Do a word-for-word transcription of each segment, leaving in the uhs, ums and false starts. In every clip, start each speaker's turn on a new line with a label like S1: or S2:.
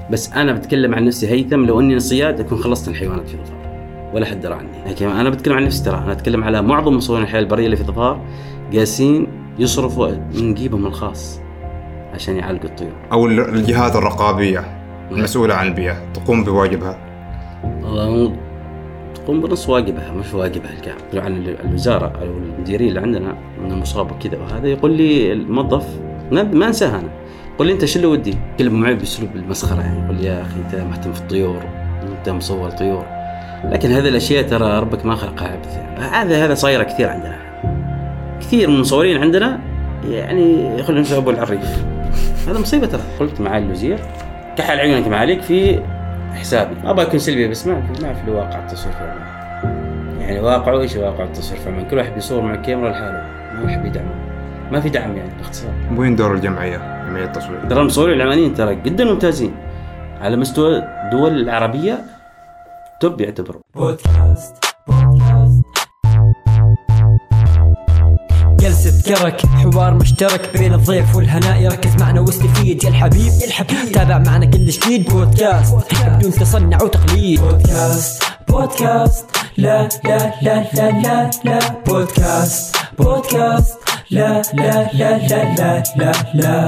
S1: بس أنا بتكلم عن نفسي هيثم، لو أني صياد أكون خلصت الحيوانات في ظفار ولا حد درى عني. لكن أنا بتكلم عن نفسي، ترى أنا أتكلم على معظم مصورين الحياة البرية اللي في ظفار قاسين يصرفوا من جيبهم الخاص عشان يعالجوا الطيور.
S2: أو الجهات الرقابية المسؤولة عن البيئة تقوم بواجبها؟
S1: والله تقوم بنص واجبها مش واجبها الكامل. عن الوزارة أو المديرين اللي عندنا من المصاب وكذا، وهذا يقول لي الموظف ما انساها أنا، يقول لي أنت شو اللي ودي؟ كلمة معي بأسلوب المسخرة يعني، يقول لي يا أخي أنت مهتم في الطيور، أنت مصور طيور، لكن هذه الأشياء ترى ربك ما خلقها عبث يعني. هذا هذا صايرة كثير عندنا، كثير من المصورين عندنا يعني يخلون ينسوا أبو العريف. هذا مصيبة ترى. قلت معالي الوزير كحل عيونك معاليك في حسابي، ما أبغى أكون سلبي بس ما في ما في الواقع التصوير في عمان. يعني واقعه إيش واقع التصوير في عمان؟ كل واحد بيصور مع الكاميرا لحاله، ما حد يدعمه، ما في دعم يعني باختصار.
S2: وين دور الجمعية جمعية التصوير؟
S1: ترى المصورين العمانيين ترى جدا ممتازين على مستوى الدول العربية، توب يعتبروا.
S3: بودكاست بودكاست جلسة كرك، حوار مشترك بين الضيف والهناء، ركز معنا واستفيد يا الحبيب يا الحبيب، تابع معنا كل جديد. بودكاست بدون تصنع وتقليد. بودكاست بودكاست لا لا لا لا لا لا بودكاست بودكاست لا لا لا لا لا لا لا.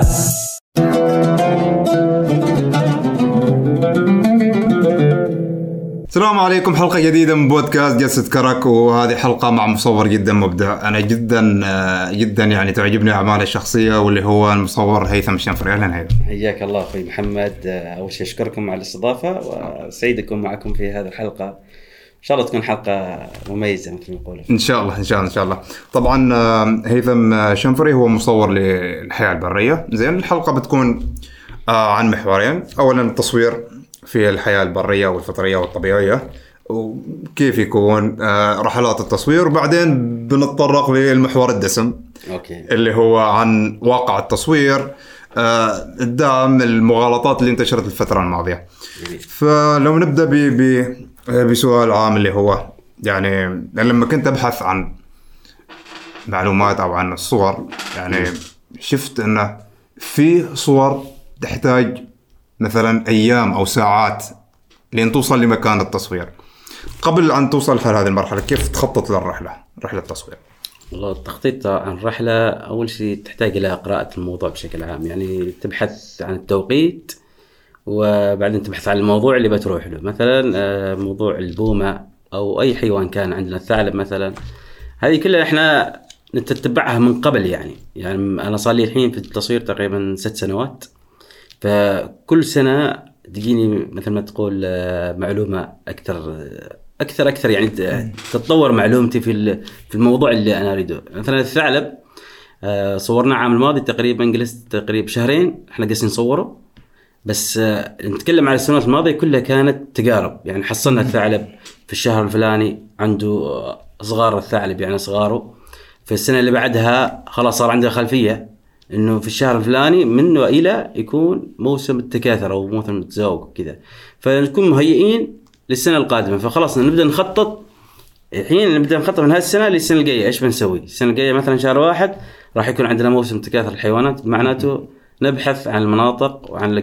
S2: السلام عليكم، حلقة جديدة من بودكاست جلسة كرك، وهذه حلقة مع مصور جدا مبدع. أنا جدا جدا يعني تعجبني أعماله الشخصية، واللي هو المصور هيثم الشنفري. أهلا هيثم.
S1: حياك الله أخوي محمد. أول شيء أشكركم على الاستضافة، وسعيد أكون معكم في هذه الحلقة، إن شاء الله تكون حلقة مميزة مثل ما نقول.
S2: إن شاء الله إن شاء الله إن شاء الله. طبعا هيثم شنفري هو مصور للحياة البرية. زين، الحلقة بتكون عن محورين. أولا التصوير في الحياة البرية والفطرية والطبيعية، وكيف يكون رحلات التصوير، وبعدين بنتطرق للمحور الدسم
S1: أوكي. اللي
S2: هو عن واقع التصوير، الدعم، المغالطات اللي انتشرت الفترة الماضية. فلو نبدأ ب ب بسؤال عام، اللي هو يعني لما كنت أبحث عن معلومات أو عن الصور، يعني شفت أنه في صور تحتاج مثلا أيام أو ساعات لين توصل لمكان التصوير. قبل أن توصل لهذه المرحلة كيف تخطط للرحلة، رحلة التصوير؟
S1: والله التخطيط عن الرحلة أول شيء تحتاج إلى قراءة الموضوع بشكل عام، يعني تبحث عن التوقيت، وبعدين تبحث عن الموضوع اللي بتروح له. مثلا موضوع البومة أو أي حيوان كان عندنا، الثعلب مثلا، هذه كلها إحنا نتتبعها من قبل. يعني يعني أنا صار لي الحين في التصوير تقريبا ست سنوات، فكل سنة تجيني مثل ما تقول معلومة أكثر أكثر أكثر يعني تتطور معلومتي في في الموضوع اللي أنا أريده. مثلا الثعلب صورنا عام الماضي تقريبا، جلست تقريبا شهرين إحنا قاعدين نصوره، بس نتكلم على السنوات الماضية كلها كانت تجارب. يعني حصلنا الثعلب في الشهر الفلاني عنده صغار الثعلب يعني صغاره، في السنة اللي بعدها خلاص صار عنده خلفية إنه في الشهر الفلاني منه إلى يكون موسم التكاثر أو موسم التزاوج كذا، فنكون مهيئين للسنة القادمة. فخلاص نبدأ نخطط الحين، نبدأ نخطط من هذه السنة للسنة الجاية إيش بنسوي. السنة الجاية مثلا شهر واحد راح يكون عندنا موسم تكاثر الحيوانات، معناته نبحث عن المناطق وعن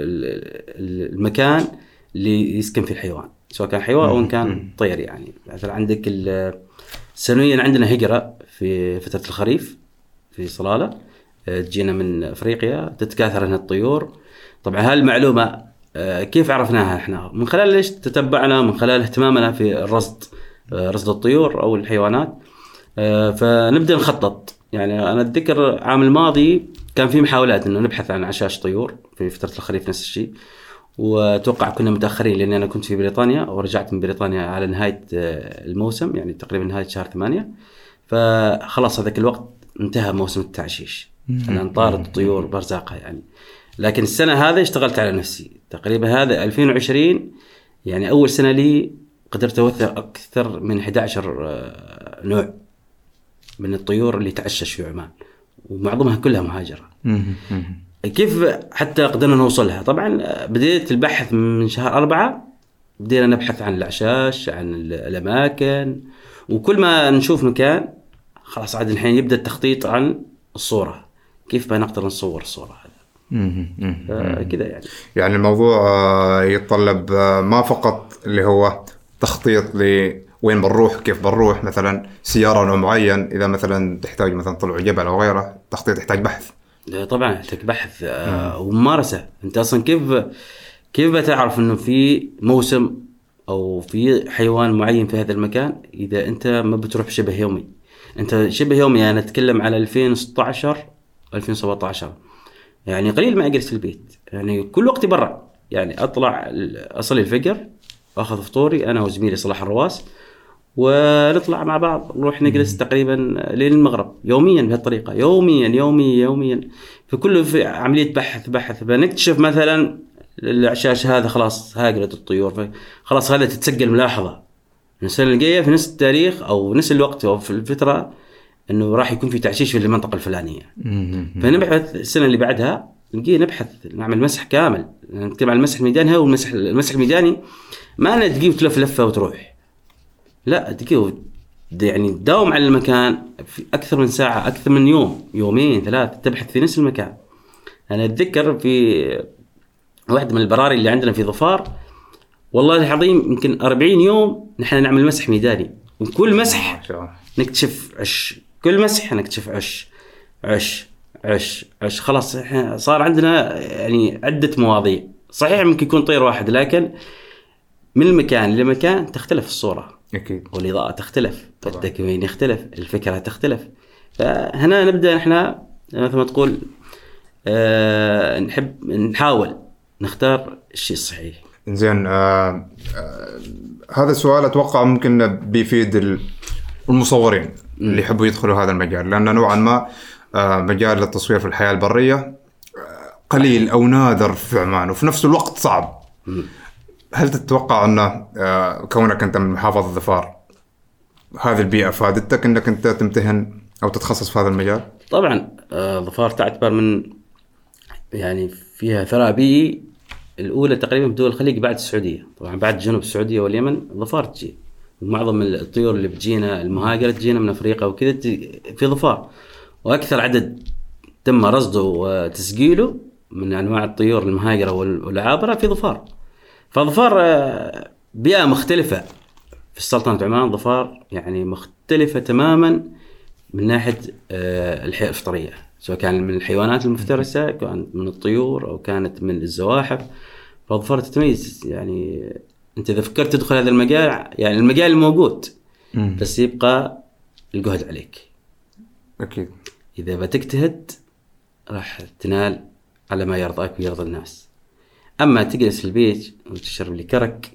S1: المكان اللي يسكن فيه الحيوان، سواء كان حيوان أو كان طير. يعني مثلا عندك سنويا عندنا هجرة في فترة الخريف في صلالة، تجينا من أفريقيا تتكاثر هنا الطيور. طبعا هالمعلومة كيف عرفناها احنا؟ من خلال ليش تتبعنا، من خلال اهتمامنا في الرصد، رصد الطيور أو الحيوانات. فنبدأ نخطط. يعني أنا أتذكر عام الماضي كان في محاولات إنه نبحث عن عشاش طيور في فترة الخريف نفس الشيء، وتوقع كنا متأخرين لأن أنا كنت في بريطانيا ورجعت من بريطانيا على نهاية الموسم، يعني تقريبا نهاية شهر ثمانية. فخلاص هذاك الوقت انتهى موسم التعشيش، أنا نطارد الطيور برزاقها يعني. لكن السنة هذه اشتغلت على نفسي تقريبا، هذا ألفين وعشرين يعني أول سنة لي قدرت أوثق أكثر من أحد عشر نوع من الطيور اللي تعشش في عمان، ومعظمها كلها مهاجرة. كيف حتى قدرنا نوصلها؟ طبعا بديت البحث من شهر أربعة، بدينا نبحث عن العشاش، عن الأماكن، وكل ما نشوف مكان خلاص عاد الحين يبدأ التخطيط عن الصورة، كيف بنقدر نصور الصورة هذا. كذا يعني.
S2: يعني الموضوع يتطلب ما فقط اللي هو تخطيط لوين بنروح كيف بنروح، مثلا سيارة نوع معين إذا مثلا تحتاج مثلا طلوع جبل أو غيره، تخطيط يحتاج بحث.
S1: طبعا يحتاج بحث وممارسة. أنت أصلا كيف كيف بتعرف إنه في موسم أو في حيوان معين في هذا المكان إذا أنت ما بتروح شبه يومي؟ أنت شبه يومي أنا أتكلم على ألفين وستة عشر ألفين وسبعة عشر، يعني قليل ما أجلس في البيت، يعني كل وقتي برا. يعني أطلع أصلي الفجر، أخذ فطوري أنا وزميلي صلاح الرواس، ونطلع مع بعض نروح نجلس تقريبا لين المغرب يوميا بهالطريقة، يوميا يوميا يوميا في كل في عملية بحث بحث بنكتشف مثلا العشاش هذا خلاص هاجرت الطيور، خلاص هذا تتسجل ملاحظة السنة الجاية في نفس التاريخ أو نفس الوقت أو في الفترة إنه راح يكون في تعشيش في المنطقة الفلانية. فنبحث السنة اللي بعدها نجي نبحث نعمل مسح كامل، نتكلم عن المسح الميداني. هو المسح المسح الميداني ما أنا تجي وتلف لفة وتروح، لا تجي يعني تداوم على المكان في أكثر من ساعة، أكثر من يوم يومين ثلاث تبحث في نفس المكان. أنا أتذكر في واحد من البراري اللي عندنا في ظفار والله العظيم يمكن أربعين يوم نحن نعمل مسح ميداني، وكل مسح نكتشف عش، كل مسح نكتشف عش عش عش عش خلاص صار عندنا يعني عدة مواضيع. صحيح ممكن يكون طير واحد، لكن من المكان لمكان تختلف الصورة
S2: أكيد،
S1: والإضاءة تختلف، التكوين يختلف، الفكرة تختلف. فهنا نبدأ إحنا مثل ما تقول أه نحب نحاول نختار الشيء الصحيح.
S2: إنزين آه آه هذا السؤال أتوقع ممكن بيفيد المصورين م. اللي يحبوا يدخلوا هذا المجال، لأنه نوعا ما آه مجال التصوير في الحياة البرية آه قليل أو نادر في عمان، وفي نفس الوقت صعب. م. هل تتوقع أن آه كونك أنت من محافظة ظفار هذه البيئة فادتك أنك أنت تمتهن أو تتخصص في هذا المجال؟
S1: طبعا آه ظفار تعتبر من يعني فيها ثراء بيئي الأولى تقريبا في دول الخليج بعد السعودية. طبعا بعد جنوب السعودية واليمن ظفار تجي، ومعظم الطيور اللي بتجينا المهاجرة تجينا من أفريقيا وكذا في ظفار، وأكثر عدد تم رصده وتسجيله من أنواع الطيور المهاجرة والعابرة في ظفار. فظفار بيئة مختلفة في السلطنة عمان. ظفار يعني مختلفة تماما من ناحية الحياة الفطرية، سواء كان من الحيوانات المفترسة، كانت من الطيور أو كانت من الزواحف. فظفار تتميز، يعني أنت إذا فكرت تدخل هذا المجال، يعني المجال موجود م. بس يبقى الجهد عليك.
S2: أكيد
S1: إذا بتجتهد راح تنال على ما يرضاك ويرضى الناس. أما تجلس في البيت وتشرب لي كرك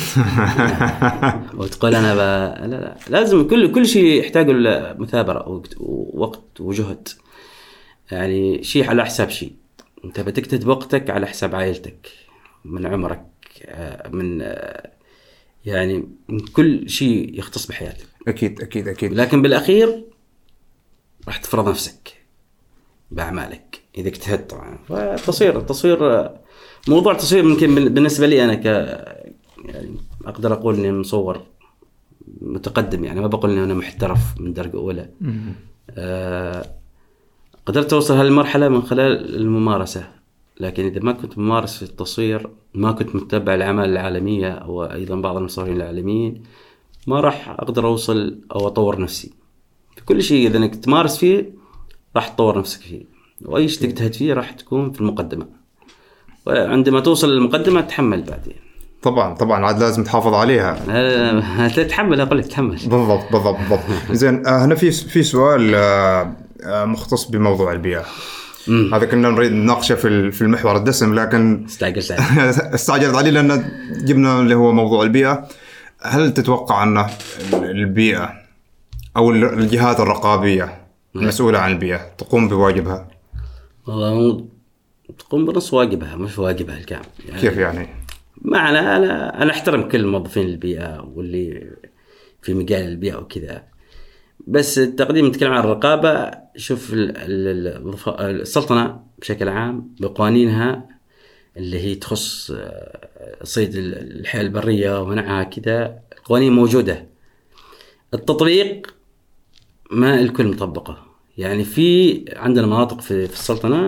S1: وتقول أنا ب... لا لا لازم كل كل شيء يحتاج له مثابرة ووقت وجهد، يعني شيء على حساب شيء. أنت بتجتهد بوقتك على حساب عائلتك، من عمرك، من يعني من كل شيء يختص بحياتك.
S2: أكيد أكيد أكيد.
S1: لكن بالأخير راح تفرض نفسك بأعمالك إذا اجتهدت. طبعا فالتصوير التصوير موضوع التصوير ممكن بالنسبة لي أنا ك يعني أقدر أقول إني مصور متقدم، يعني ما بقول إني أنا محترف من درجة أولى. آه قدرت أوصل هالمرحلة من خلال الممارسة، لكن إذا ما كنت ممارس في التصوير، ما كنت متابع الأعمال العالمية أو أيضا بعض المصورين العالميين، ما راح أقدر أوصل أو أطور نفسي في كل شيء. إذا أنك تمارس فيه راح تطور نفسك فيه، وأي شيء تجتهد فيه راح تكون في المقدمة، وعندما توصل للمقدمة تحمل بعدين.
S2: طبعا طبعا عاد لازم تحافظ عليها.
S1: تتحمل أقول لك تحمل.
S2: بالضبط بالضبط بالضبط. زين هنا في في سؤال مختص بموضوع البيئة. مم. هذا كنا نريد نناقشه في في المحور الدسم، لكن
S1: استعجلت
S2: استعجلت عليه لأن جبنا اللي هو موضوع البيئة. هل تتوقع أن البيئة أو الجهات الرقابية المسؤولة عن البيئة تقوم بواجبها؟
S1: والله تقوم بنص واجبها، مش واجبها الكامل.
S2: يعني كيف يعني؟
S1: معنى أنا أنا أحترم كل الموظفين البيئة واللي في مجال البيئة وكذا، بس التقديم نتكلم عن الرقابة. شوف السلطنة بشكل عام بقوانينها اللي هي تخص صيد الحياة البرية ومنعها كذا، القوانين موجودة. التطبيق ما الكل مطبقة، يعني في عندنا مناطق في السلطنة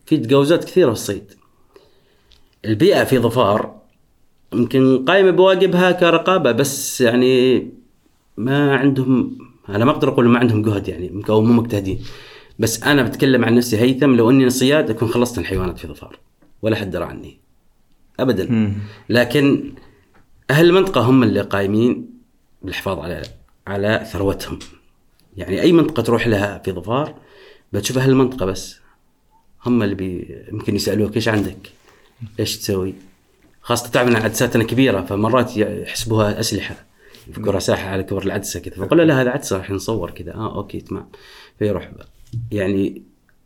S1: في تجاوزات كثيرة في الصيد. البيئة في ظفار يمكن قائمة بواجبها كرقابة، بس يعني ما عندهم، أنا ما أقدر أقول ما عندهم جهد يعني أو مو مجتهدين، بس أنا بتكلم عن نفسي هيثم، لو أني صياد أكون خلصت الحيوانات في ظفار ولا حد درى عني أبدا. م. لكن أهل المنطقة هم اللي قائمين بالحفاظ على على ثروتهم. يعني أي منطقة تروح لها في ظفار بتشوف أهل المنطقة بس هم اللي بي يمكن يسألوك إيش عندك، إيش تسوي، خاصة تعرف أن عدساتنا كبيرة فمرات يحسبوها أسلحة، يفكرها ساحة على كبر العدسة كذا، فقال لا هذا عدسة راح نصور كذا، آه أوكي تمام، فيروح يعني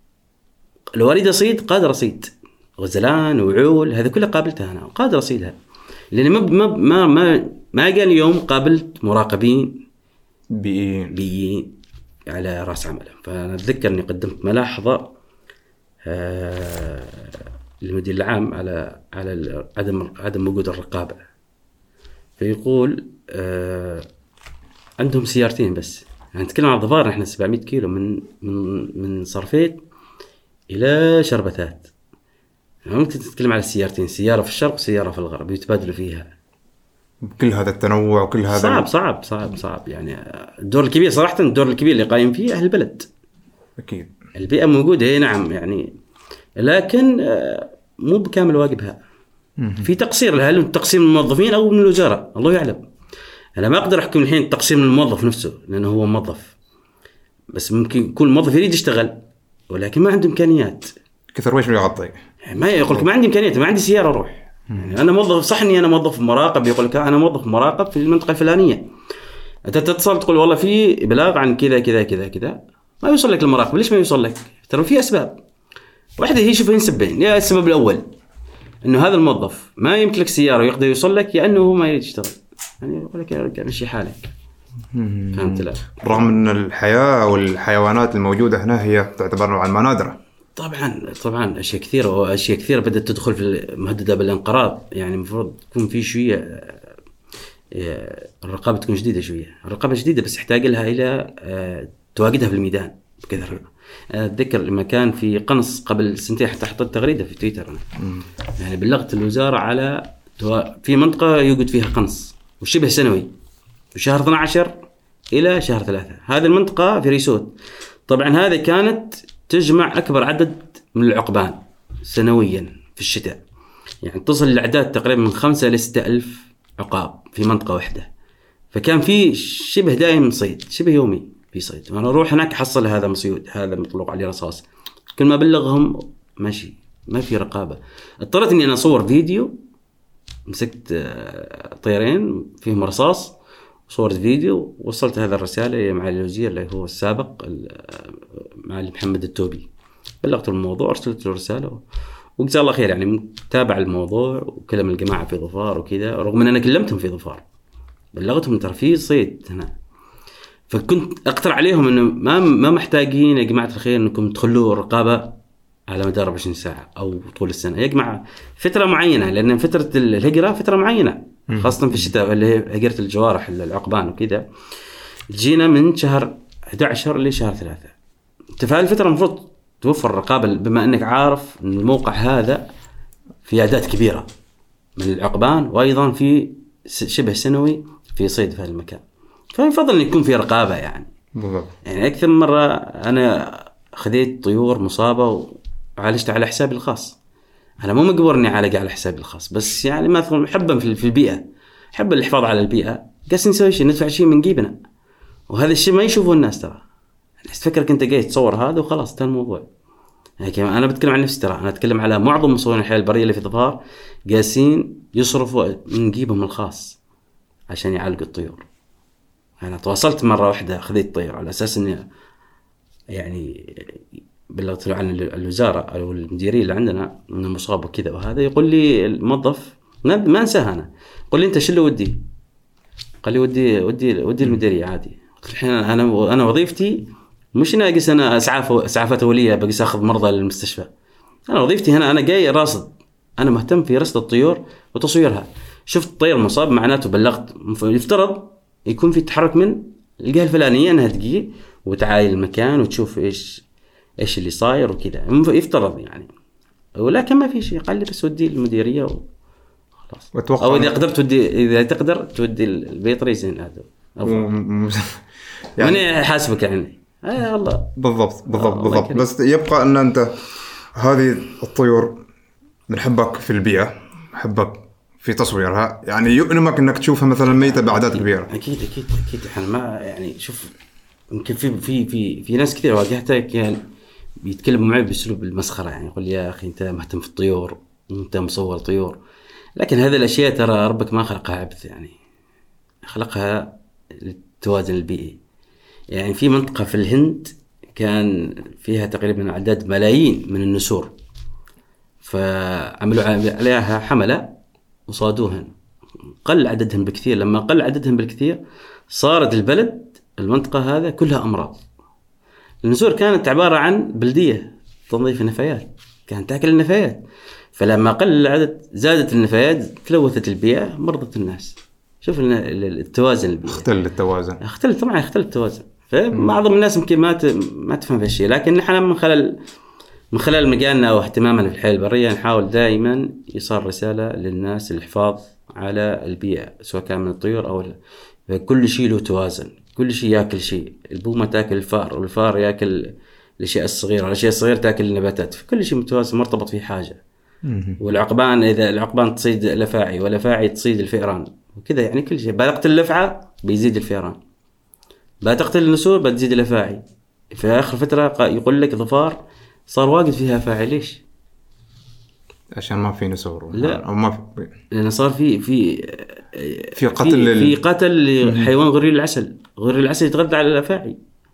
S1: لو أريد أصيد قادر أصيد غزلان وعول، هذا كله قابلتها أنا قادر أصيدها، لأن ما ما ما ما, ما قال اليوم قابلت مراقبين
S2: بيئيين
S1: بيئيين على رأس عملهم. فأنا أتذكر أني قدمت ملاحظة آه للمدير العام على على عدم عدم وجود الرقابة، فيقول آه عندهم سيارتين بس، يعني نتكلم عن ظفار نحن سبعمية كيلو من من من صرفيت إلى شربتات، يعني ممكن تتكلم على السيارتين، سيارة في الشرق وسيارة في الغرب يتبادلوا فيها.
S2: كل هذا التنوع وكل هذا
S1: صعب صعب صعب صعب يعني الدور الكبير صراحة، الدور الكبير اللي قايم فيه أهل البلد.
S2: أكيد
S1: البيئة موجودة نعم يعني، لكن مو بكامل واجبها، في تقصير لها، تقسيم الموظفين أو من الوزارة الله يعلم. أنا ما أقدر أحكم الحين تقسيم الموظف نفسه لأنه هو موظف، بس ممكن كل موظف يريد يشتغل ولكن ما عنده إمكانيات.
S2: كثر ويش بيغطي،
S1: ما يقولك ما عندي إمكانيات، ما عندي سيارة أروح، يعني أنا موظف صح إني أنا موظف مراقب، يقولك أنا موظف مراقب في المنطقة الفلانية، أنت تتصل تقول والله في إبلاغ عن كذا كذا كذا كذا، ما يوصل لك المراقب. ليش ما يوصل لك؟ ترى في أسباب، واحدة هي شوفين سبين، يا السبب الأول إنه هذا الموظف ما يمتلك سيارة ويقدر يوصل لك، يا إنه هو ما يريد يشتغل، يعني يقول لك يا رجال مشي حالك. فهمت لا؟
S2: رغم أن الحياة والحيوانات الموجودة هنا هي تعتبر نوعا ما نادرة.
S1: طبعا طبعا أشياء كثيرة وأشياء كثيرة بدأت تدخل في المهددة بالانقراض، يعني المفروض تكون في شوية الرقابة تكون شديدة شوية، الرقابة شديدة بس يحتاج لها إلى تواجدها في الميدان بكثرة. أتذكر لما كان في قنص قبل سنتين حتى حطيت تغريدة في تويتر أنا. يعني بلغت الوزارة على في منطقة يوجد فيها قنص وشبه سنوي وشهر اثنا عشر إلى شهر ثلاثة، هذه المنطقة في ريسوت. طبعا هذه كانت تجمع أكبر عدد من العقبان سنويا في الشتاء، يعني تصل الأعداد تقريبا من خمسة إلى ستة ألف عقاب في منطقة واحدة، فكان في شبه دائم صيد، شبه يومي في صيد، وأنا أروح هناك أحصل هذا مصيود، هذا مطلوق عليه رصاص، كل ما بلغهم ماشي ما في رقابة. اضطريت إني أنا أصور فيديو، مسكت طيرين فيهم رصاص صورت فيديو، وصلت هذا الرسالة مع الوزير اللي هو السابق مع محمد التوبي، بلغت الموضوع أرسلت له رسالة وجزاه الله خير، يعني متابع الموضوع وكلم الجماعة في ظفار وكذا، رغم أن أنا كلمتهم في ظفار بلغتهم ترى في صيد هنا، فكنت أقترح عليهم إنه ما ما محتاجين يا جماعة الخير إنكم تخلوا الرقابة على مدار أربعة وعشرين ساعة أو طول السنة، يا جماعة فترة معينة، لأن فترة الهجرة فترة معينة خاصة في الشتاء اللي هي هجرة الجوارح العقبان وكذا، جينا من شهر أحد عشر لشهر ثلاثة، تفعل الفترة المفروض توفر الرقابة، بما أنك عارف أن الموقع هذا في أعداد كبيرة من العقبان، وأيضا في شبه سنوي في صيد في هذا المكان، فيفضل أن يكون في رقابة يعني. يعني أكثر من مرة أنا خذيت طيور مصابة وعالجتها على حسابي الخاص، أنا مو مجبور إني أعالج على حسابي الخاص، بس يعني مثلا حبا في البيئة، حب الحفاظ على البيئة، قاس نسوي شيء ندفع شيء من جيبنا، وهذا الشيء ما يشوفه الناس ترى، تفكرك أنت جاي تصور هذا وخلاص انتهى الموضوع. يعني أنا بتكلم عن نفسي ترى، أنا أتكلم على معظم مصورين الحياة البرية اللي في ظفار قاسين يصرفوا من جيبهم الخاص عشان يعالجوا الطيور. أنا تواصلت مرة واحدة خذيت طير على أساس إني يعني بلغت عن الوزارة أو المديرية اللي عندنا إنه مصاب وكذا وهذا، يقول لي الموظف ما أنساها أنا، يقول لي أنت شو اللي ودي؟ قال لي ودي ودي ودي المديرية عادي. الحين أنا أنا وظيفتي مش إني أقيس أنا إسعاف إسعافات أولية بقيس أخذ مرضى للمستشفى، أنا وظيفتي هنا أنا جاي راصد، أنا مهتم في رصد الطيور وتصويرها. شفت طير مصاب معناته بلغت، يفترض يكون في تحرك من الجهة الفلانية أنها تجي وتعاين المكان وتشوف إيش إيش اللي صاير وكذا، يفترض يعني ولكن ما في شيء، قال لي بس ودي المديريه وخلاص.
S2: وأتوقع
S1: او اذا قدرت تودي، اذا تقدر تودي البيطري زين هذا
S2: و...
S1: يعني من يحاسبك يعني آه الله.
S2: بالضبط بالضبط
S1: آه
S2: بالضبط. بس يبقى ان انت هذه الطيور بنحبك في البيئه، نحبك في تصويرها، يعني يؤلمك انك تشوفها مثلا ميته باعداد كبيره.
S1: اكيد اكيد اكيد. احنا ما يعني شوف، يمكن في في في في ناس كثير واجهتها يعني بيتكلموا معي باسلوب المسخره، يعني يقول يا اخي انت مهتم في الطيور، انت مصور طيور، لكن هذه الاشياء ترى ربك ما خلقها عبث، يعني خلقها للتوازن البيئي. يعني في منطقه في الهند كان فيها تقريبا اعداد ملايين من النسور، فعملوا عليها حمله وصادوهن، قل عددهم بكثير. لما قل عددهم بالكثير صارت البلد المنطقه هذا كلها امراض. النسور كانت عباره عن بلديه تنظيف النفايات، كانت تاكل النفايات، فلما قل العدد زادت النفايات، تلوثت البيئه، مرضت الناس. شوف التوازن البيئي
S2: اختل التوازن،
S1: اختل طبعا اختل التوازن. فمعظم الناس يمكن ما ما تفهم هالشيء، لكن نحن من خلال من خلال مجالنا واهتمامنا في الحياه البريه نحاول دائما يصار رساله للناس الحفاظ على البيئه، سواء كان من الطيور او لا. كل شيء له توازن، كل شيء ياكل شيء، البومه تاكل الفار، والفار ياكل الاشياء الصغيره، والاشياء الصغيره تاكل النباتات، فكل شيء متوازن مرتبط في حاجه. والعقبان اذا العقبان تصيد الافاعي والافاعي تصيد الفئران وكذا، يعني كل شيء. بتقتل الافعى بيزيد الفئران، بتقتل النسور بتزيد الافاعي. في اخر فتره يقول لك ظفار صار واجد فيها افاعي. ليش؟
S2: عشان ما في نسور.
S1: لا،
S2: او ما في،
S1: لان صار في في
S2: في قتل
S1: في,
S2: ال...
S1: في قتل لحيوان غرير العسل. غرير العسل يتغذى على الافاعي.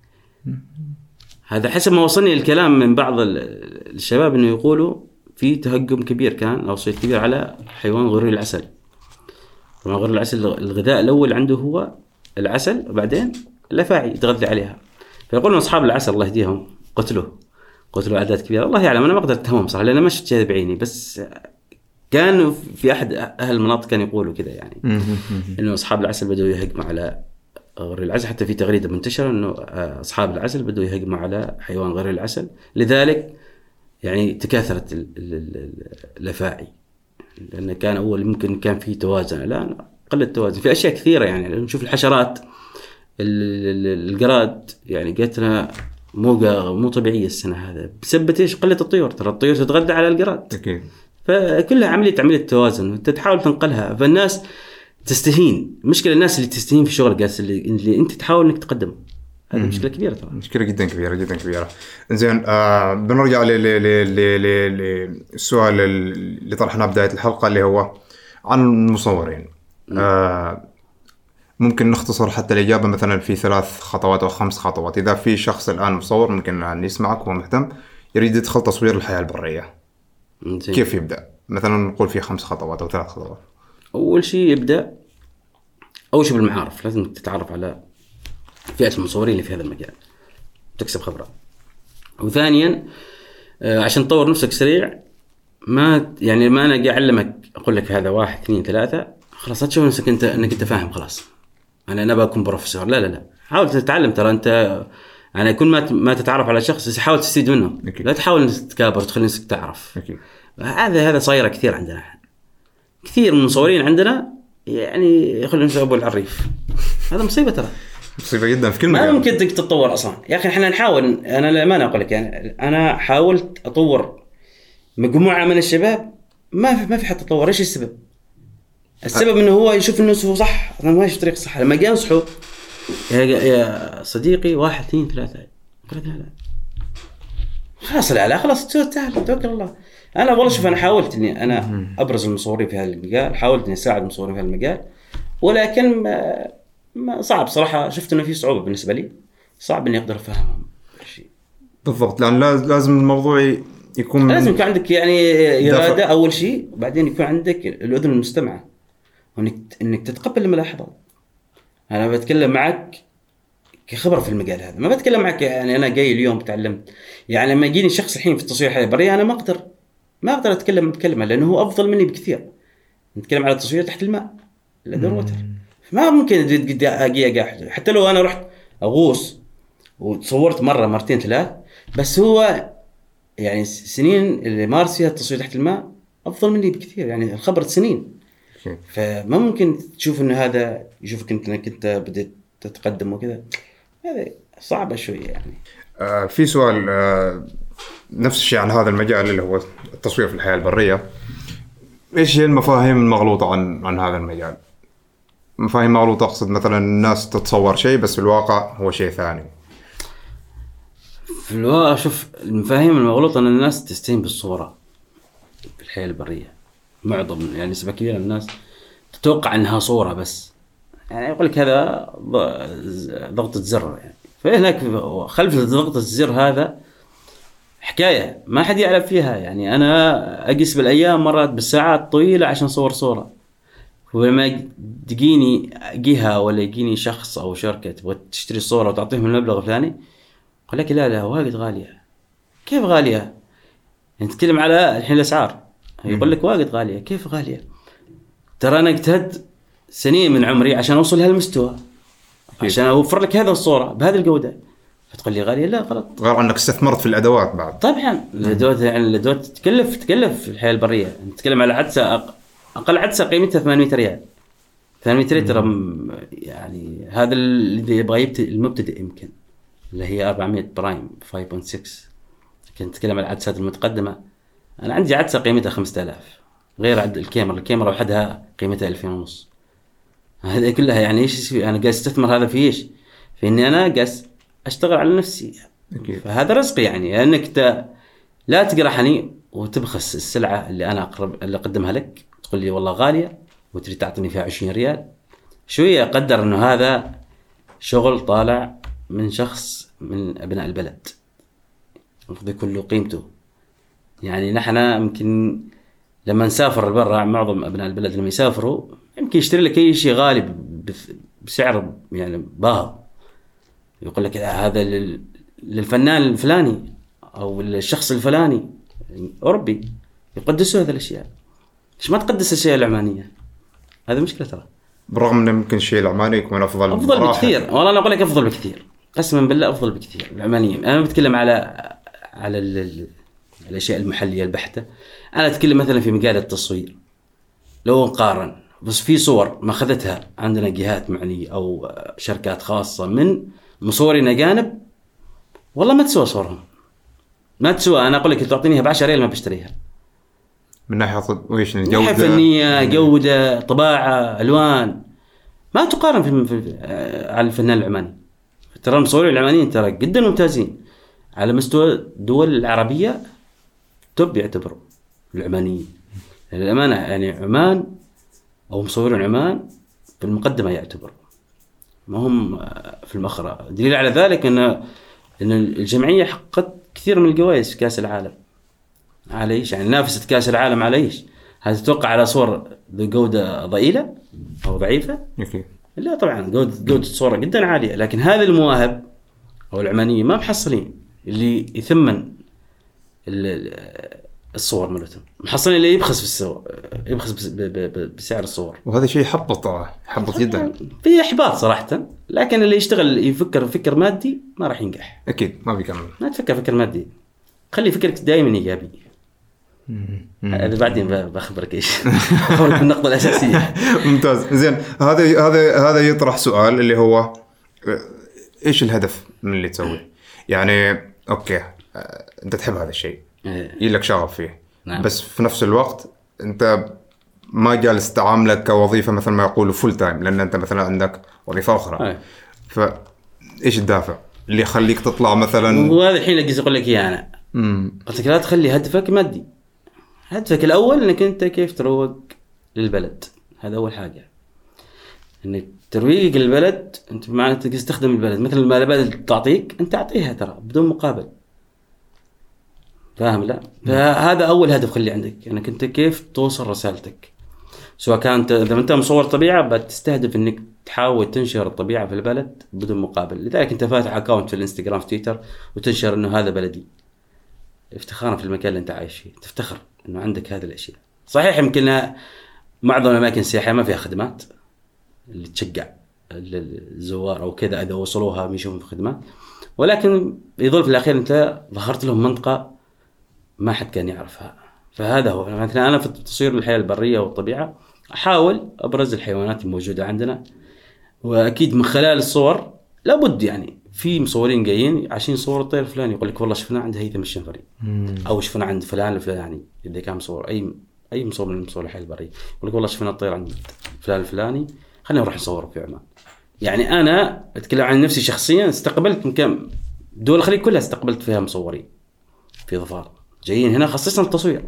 S1: هذا حسب ما وصلني الكلام من بعض الشباب انه يقولوا في تهجم كبير كان او صيد كبير على حيوان غرير العسل. طبعا غرير العسل الغذاء الاول عنده هو العسل، وبعدين الافاعي يتغذى عليها. فيقولون اصحاب العسل الله يهديهم قتلوا قتلوا اعداد كبيره. الله يعلم، انا ما اقدر اتهمهم صراحه لان ما شفت هذا بعيني، بس كانوا في احد اهل المناطق كانوا يقولوا كذا، يعني انه اصحاب العسل بدوا يهجموا على غرير العسل. حتى في تغريده منتشره انه اصحاب العسل بدوا يهجموا على حيوان غرير العسل، لذلك يعني تكاثرت الافاعي، لأنه كان أول ممكن كان فيه توازن، الآن قل التوازن في أشياء كثيرة. يعني نشوف الحشرات، الجراد يعني جاتنا موجة مو طبيعية السنة هذا بسبب إيش؟ قلة الطيور. ترى الطيور تتغذى على الجراد.
S2: أكيد.
S1: فكلها عملية عملية توازن، أنت تحاول تنقلها، فالناس تستهين. مشكلة الناس اللي تستهين في شغل قاس اللي, اللي أنت تحاول إنك تقدم، هذه مشكلة كبيرة طبعا.
S2: مشكلة جدا كبيرة جدا كبيرة. إنزين، آه بنرجع للسؤال اللي طرحناه بداية الحلقة اللي هو عن المصورين. آه ممكن نختصر حتى الإجابة مثلا في ثلاث خطوات أو خمس خطوات. إذا في شخص الآن مصور ممكن أن يسمعك ومهتم يريد يدخل تصوير الحياة البرية،
S1: إنزين.
S2: كيف يبدأ؟ مثلا نقول في خمس خطوات أو ثلاث خطوات.
S1: أول شيء يبدأ أول شيء بالمعارف، لازم تتعرف على فئة المصورين اللي في هذا المجال تكسب خبرة. وثانيا عشان تطور نفسك سريع، ما يعني ما أنا قاعد أعلمك أقول لك هذا واحد اثنين ثلاثة خلاص لا تشوف نفسك أنت أنك أنت فاهم خلاص أنا أنا بكون بروفيسور. لا لا لا، حاول تتعلم. ترى أنت يعني كل ما ما تتعرف على شخص حاول تستفيد منه.
S2: أكيد.
S1: لا تحاول أنك تتكابر وتخلي نفسك تعرف.
S2: أكيد.
S1: هذا هذا صايرة كثير عندنا، كثير من المصورين عندنا يعني يخلون نفسه أبو العريف. هذا مصيبة ترى،
S2: مصيبة جدا في كل
S1: ما
S2: مجال.
S1: ممكن تتطور اصلا يا اخي. احنا نحاول، انا ما اقول لك يعني انا حاولت اطور مجموعه من الشباب، ما في ما في حد تطور. ايش السبب؟ السبب انه هو يشوف انه هو صح، انا ماشي في طريق صح. لما جاء ينصحوا يا, يا صديقي واحد اثنين ثلاثه، قلت لا لا خلاص لا لا خلاص سهل توكل الله. انا والله شوف انا حاولت اني انا ابرز المصورين في هذا المجال، حاولت اني اساعد المصورين في هذا المجال، ولكن ما ما صعب صراحة. شفت إنه في صعوبة بالنسبة لي، صعب إني أقدر أفهمهم شيء.
S2: بالضبط، لأن لازم الموضوع يكون
S1: لازم يكون عندك يعني إرادة أول شيء، وبعدين يكون عندك الأذن المستمعة، وإنك إنك تتقبل الملاحظات. أنا بتكلم معك كخبرة في المجال هذا، ما بتكلم معك يعني أنا جاي اليوم تعلمت. يعني لما يجيني شخص الحين في التصوير الحياة البرية أنا ما أقدر ما أقدر أتكلم أتكلم لأنه هو أفضل مني بكثير. نتكلم على التصوير تحت الماء الأندروتر، ما ممكن أجي أحد. حتى لو أنا رحت أغوص وتصورت مرة مرتين ثلاث، بس هو يعني سنين اللي مارس فيها التصوير تحت الماء افضل مني بكثير، يعني الخبره سنين. فما ممكن تشوف انه هذا يشوفك انت انك انت بديت تتقدم وكذا، هذا صعبه شويه يعني.
S2: آه في سؤال آه نفس الشيء عن هذا المجال اللي هو التصوير في الحياه البريه. ايش هي المفاهيم المغلوطه عن عن هذا المجال؟ مفاهيم مغلوطه اقصد مثلا الناس تتصور شيء بس في الواقع هو شيء ثاني.
S1: في الواقع شوف المفاهيم المغلوطه ان الناس تستهين بالصوره في الحياه البريه. معظم يعني نسبه كبيره من الناس تتوقع انها صوره بس، يعني يقول لك هذا ضغطه زر يعني. فهناك خلف ضغطه الزر هذا حكايه ما حد يعرف فيها. يعني انا اقيس بالايام مرات بالساعات طويله عشان صور صوره، ولما تجيني جهه ولا يجيني شخص او شركه تبغى تشتري صوره وتعطيهم المبلغ الفلاني يقول لك لا لا واجد غاليه. كيف غاليه؟ يعني نتكلم على الحين الاسعار، يقول لك واجد غاليه. كيف غاليه؟ ترى انا اجتهدت سنين من عمري عشان اوصل لهالمستوى، عشان اوفر لك هذا الصوره بهذه الجوده، فتقول لي غاليه؟ لا غلط.
S2: غير انك استثمرت في الادوات بعد.
S1: طبعا الادوات يعني الادوات تكلف تكلف في الحياه البريه. نتكلم على عدسه أق... اقل عدسه قيمتها ثمانمائة ريال. ثمانمائة ريال ترى يعني هذا اللي يبغى يبتدئ المبتدئ يمكن اللي هي أربعمائة برايم خمسة فاصلة ستة. كنت نتكلم على العدسات المتقدمه، انا عندي عدسه قيمتها خمسة آلاف، غير عد الكاميرا الكاميرا وحدها قيمتها ألفين ونص. هذه كلها يعني ايش انا قاعد استثمر هذا في ايش؟ في اني انا قاعد اشتغل على نفسي.
S2: أكيد.
S1: فهذا رزق يعني، لانك ت... لا تقرحني وتبخس السلعه اللي انا اقرب اللي اقدمها لك، تقول لي والله غاليه وتريد تعطيني فيها عشرين ريال. شويه اقدر انه هذا شغل طالع من شخص من ابناء البلد، المفروض يكون له قيمته. يعني نحن يمكن لما نسافر برا، معظم ابناء البلد لما يسافروا يمكن يشتري لك اي شيء غالي بسعر يعني باهظ، يقول لك هذا للفنان الفلاني او الشخص الفلاني اوروبي، يقدسوا هذه الاشياء. ليش ما تقدس الاشياء العمانيه؟ هذا مشكله ترى.
S2: برغم ان ممكن الشيء العماني يكون افضل
S1: افضل بكثير. والله انا اقول لك افضل بكثير، قسما بالله افضل بكثير العمانيه. انا بتكلم على على ال... الاشياء المحليه البحته. انا اتكلم مثلا في مجال التصوير، لو نقارن بس في صور ما اخذتها عندنا جهات معنيه او شركات خاصه من مصورين اجانب، والله ما تسوى صورهم، ما تسوى. انا اقول لك تعطينيها بعشرة ريال ما بشتريها.
S2: من ناحيه ويش الجوده،
S1: ناحيه فنيه، جوده، طباعه، الوان، ما تقارن في, في على الفنان العماني. ترى المصورين العمانيين ترى جدا ممتازين على مستوى الدول العربيه، توب يعتبروا العمانيين للامانه. يعني عمان او مصورين عمان في المقدمه يعتبر، ما هم في المخرة. دليل على ذلك ان ان الجمعيه حققت كثير من الجوائز في كاس العالم. على ايش؟ يعني نافست كاس العالم على ايش؟ هل تتوقع على صور بجوده ضئيله او ضعيفه؟
S2: أوكي.
S1: لا طبعا جوده جوده الصوره جدا عاليه. لكن هذه المواهب او العمانيه ما محصلين اللي يثمن الصور مالتهم، محصلين اللي يبخس في الصور، يبخس بسعر الصور.
S2: وهذا شيء يحبط يحبط جدا،
S1: في احباط صراحه. لكن اللي يشتغل يفكر فكر مادي ما راح ينجح.
S2: اكيد ما بيكمل.
S1: ما تفكر فكر مادي، خلي فكرك دائما ايجابي. هذا بعدين بخبرك ايش بخبرك النقطه الاساسيه.
S2: ممتاز. زين، هذا هذا هذا يطرح سؤال اللي هو ايش الهدف من اللي تسويه؟ يعني اوكي انت تحب هذا الشيء، يلك شغف فيه،
S1: نعم.
S2: بس في نفس الوقت انت ما جالس تعاملك كوظيفه مثل ما يقولوا فول تايم، لان انت مثلا عندك وظيفه اخرى. فايش الدافع اللي يخليك تطلع مثلا؟
S1: وهذا الحين اجي اقول لك اياه انا. قلت لك لا تخلي هدفك مادي. هدفك الاول انك انت كيف تروج للبلد. هذا اول حاجه، ان ترويج للبلد انت بمعنى تستخدم البلد مثل ما البلد تعطيك انت اعطيها ترى بدون مقابل. فاهم؟ لا، فهذا اول هدف خلي عندك، انك انت كيف توصل رسالتك. سواء كانت اذا انت مصور طبيعه بتستهدف انك تحاول تنشر الطبيعه في البلد بدون مقابل. لذلك انت فاتح اكاونت في الانستغرام في تويتر وتنشر انه هذا بلدي، افتخارا في المكان اللي انت عايش فيه، تفتخر انه عندك هذه الاشياء. صحيح يمكن معظم الاماكن السياحيه ما فيها خدمات اللي تشجع الزوار او كذا اذا وصلوها يشوفون في خدمات، ولكن يظل في الاخير انت ظهرت لهم منطقه ما حد كان يعرفها. فهذا هو مثلا أنا في تصوير الحياة البرية والطبيعة أحاول أبرز الحيوانات الموجودة عندنا، وأكيد من خلال الصور لابد يعني في مصورين جايين عشان يصوروا الطير الفلاني يقول لك والله شفنا عند هيثم الشنفري أو شفنا عند فلان الفلاني، إذا كان مصور أي أي مصور من مصور الحياة البرية يقول لك والله شفنا الطير عند فلان الفلاني خلينا نروح نصوره في عمان. يعني أنا أتكلم عن نفسي شخصيا، استقبلت من كم دول الخليج كلها استقبلت فيها مصورين في ظفار جايين هنا خصيصا التصوير،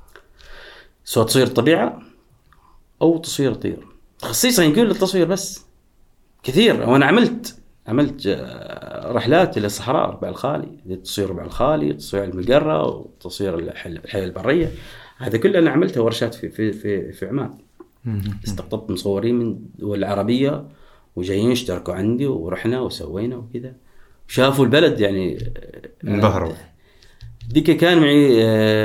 S1: سواء تصوير الطبيعة أو تصوير الطير، خصيصا يقول التصوير بس كثير. وأنا عملت عملت رحلات إلى الصحراء ربع الخالي، تصوير ربع الخالي، تصوير المقرة، وتصوير الحياة البرية، هذا كله أنا عملته ورشات في في في في عمان. استقطبت مصورين من دول العربية وجايين اشتركوا عندي ورحنا وسوينا وكذا، شافوا البلد يعني
S2: انبهروا.
S1: ديك كان معي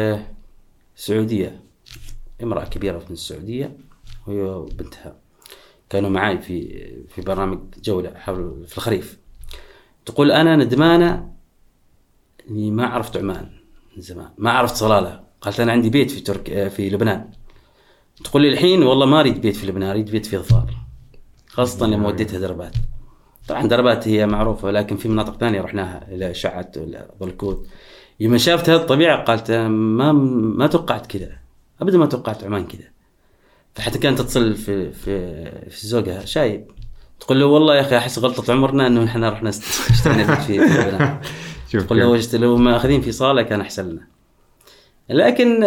S1: سعودية، امرأة كبيرة في السعودية وهي بنتها كانوا معي في في برنامج جولة حول في الخريف. تقول أنا ندمانة إني ما عرفت عمان من زمان، ما عرفت صلالة. قالت أنا عندي بيت في ترك في لبنان. تقول لي الحين والله ما أريد بيت في لبنان، أريد بيت في ظفار، خاصة لما وديتها دربات. طبعا دربات هي معروفة، لكن في مناطق ثانية رحناها إلى شعت ولا ضلكوت. يوم شافت هذه الطبيعة قالت ما ما توقعت كذا أبدا، ما توقعت عمان كذا. فحتى كانت تتصل في في في زوجها شايب، تقول له والله يا أخي أحس غلطة عمرنا إنه نحن رحنا اشترينا في لبنان. تقول له وجدت لو ما أخذين في صالة كان أحسن لنا. لكن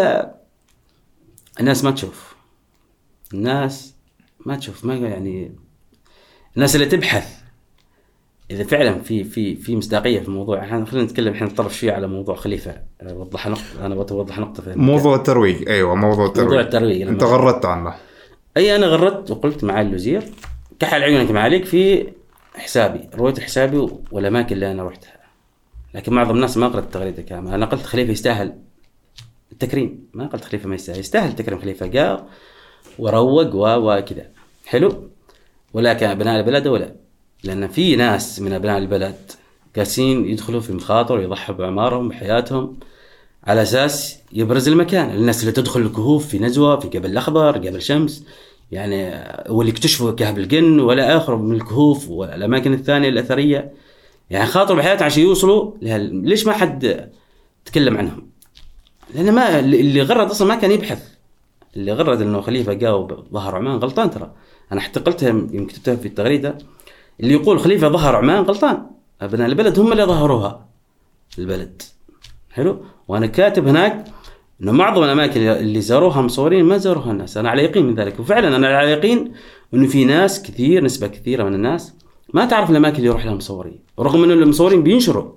S1: الناس ما تشوف، الناس ما تشوف، ما يعني الناس اللي تبحث إذا فعلا في في في مصداقية في الموضوع. احنا خلينا نتكلم الحين نطرف شوي على موضوع خليفة. وضح نقطة، أنا بتوضح نقطة في
S2: موضوع الترويج. أيوة موضوع الترويج.
S1: موضوع الترويج
S2: أنت غردت عنه.
S1: أي أنا غردت وقلت مع الوزير كحل عيونك ما عليك في حسابي، رويت حسابي والأماكن اللي أنا رحتها. لكن معظم الناس ما قرأت التغريدة كاملة. أنا قلت خليفة يستاهل التكريم، ما قلت خليفة ما يستاهل، يستاهل التكريم. خليفة جاء وروج وكذا حلو، ولكن أبناء البلد ولا، لأن في ناس من أبناء البلد قاسين يدخلوا في مخاطر ويضحوا بعمارهم بحياتهم على أساس يبرز المكان. الناس اللي تدخل الكهوف في نزوة، في جبل الأخضر، جبل شمس، يعني واللي اكتشفوا كهف الجن ولا آخر من الكهوف والأماكن الثانية الأثرية، يعني خاطروا بحياتهم عشان يوصلوا لها. ليش ما حد تكلم عنهم؟ لأن ما اللي غرد أصلا ما كان يبحث. اللي غرد إنه خليفة جاء ظهر عمان غلطان. ترى أنا حتى قلتها يمكن كتبتها في التغريدة، اللي يقول خليفة ظهر عمان غلطان. أبناء البلد هم اللي ظهروها البلد. حلو. وأنا كاتب هناك إنه معظم الأماكن اللي زاروها مصورين ما زاروها الناس. أنا على يقين من ذلك، وفعلا أنا على يقين إنه في ناس كثير، نسبة كثيرة من الناس ما تعرف الأماكن اللي يروح لها مصورين، رغم إنه المصورين بينشروا.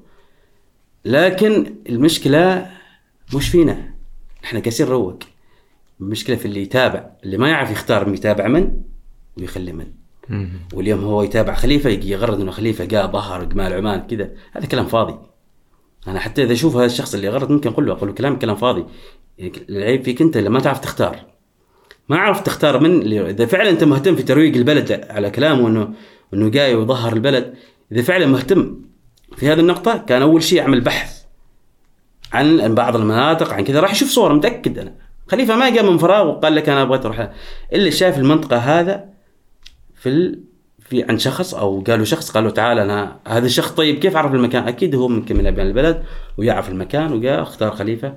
S1: لكن المشكلة مش فينا، إحنا قاسين نروق. المشكلة في اللي يتابع، اللي ما يعرف يختار يتابع من ويخلي من. واليوم هو يتابع خليفة يجي يغرد إنه خليفة جاء ظهر جمال عمان كذا، هذا كلام فاضي. أنا حتى إذا أشوف هذا الشخص اللي غرد ممكن أقول له أقول له كلام كلام فاضي. العيب فيك أنت اللي ما تعرف تختار، ما عرفت تختار من اللي. إذا فعلا أنت مهتم في ترويج البلد على كلامه إنه إنه جاي ويظهر البلد، إذا فعلا مهتم في هذه النقطة كان أول شيء أعمل بحث عن بعض المناطق عن كذا، راح يشوف صورة متأكد. أنا خليفة ما جاء من فراغ وقال لك أنا أبغى أروح، إلا شاف المنطقة هذا في ال... في عند شخص أو قالوا شخص قالوا تعال أنا هذا الشخص طيب كيف عرف المكان؟ أكيد هو ممكن من أبناء البلد ويعرف المكان وجاء اختار خليفة.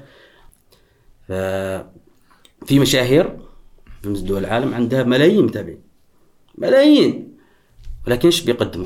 S1: في مشاهير في دول العالم عندها ملايين متابعين، ملايين، ولكن إيش بيقدموا؟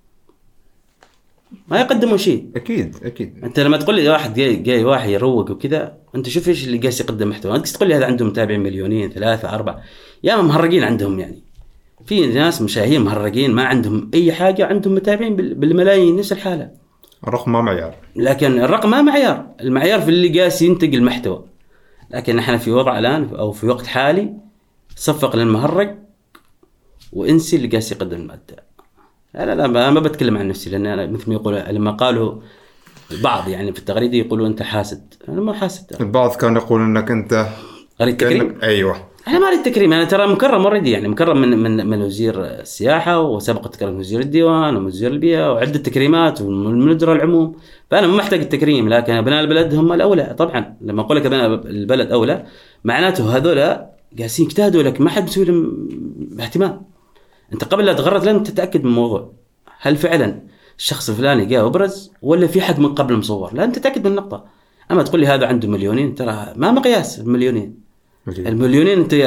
S1: ما يقدموا شيء.
S2: أكيد أكيد.
S1: أنت لما تقول لي واحد جاي جاي واحد يروج وكذا، أنت شوف إيش اللي قاس يقدم محتوى. أنت تقول لي هذا عندهم متابعين مليونين ثلاثة أربعة، يا مهرجين عندهم. يعني في ناس مشاهير مهرجين ما عندهم أي حاجة، عندهم متابعين بالملايين نفس الحالة.
S2: الرقم ما معيار.
S1: لكن الرقم ما معيار، المعيار في اللي قاس ينتج المحتوى. لكن نحن في وضع الآن أو في وقت حالي صفق للمهرج وانسي اللي قاس يقدم المادة. لا لا لا ما بتكلم عن نفسي، لأن أنا مثل ما يقول لما قالوا البعض يعني في التغريدة يقولوا أنت حاسد. أنا ما حاسد.
S2: البعض كان يقول إنك أنت
S1: غريب تكريم.
S2: أيوة.
S1: انا ما اريد تكريم، انا ترى مكرم اوريدي يعني، مكرم من من من وزير السياحه، وسبق تكرم من وزير الديوان ووزير البيئه وعده تكريمات ومن مدراء العموم، فانا ما محتاج التكريم. لكن ابناء البلد هم الاولى طبعا. لما اقول لك ابناء البلد اولى معناته هذول قاسين يجتهدوا لك، ما حد بيسوي لهم اهتمام. انت قبل لا تغرد لازم تتاكد من الموضوع، هل فعلا الشخص الفلاني جاء وبرز ولا في حد من قبل مصور؟ لا، انت تتاكد من النقطه. اما تقول لي هذا عنده مليونين، ترى ما مقياس المليونين. المليونين انت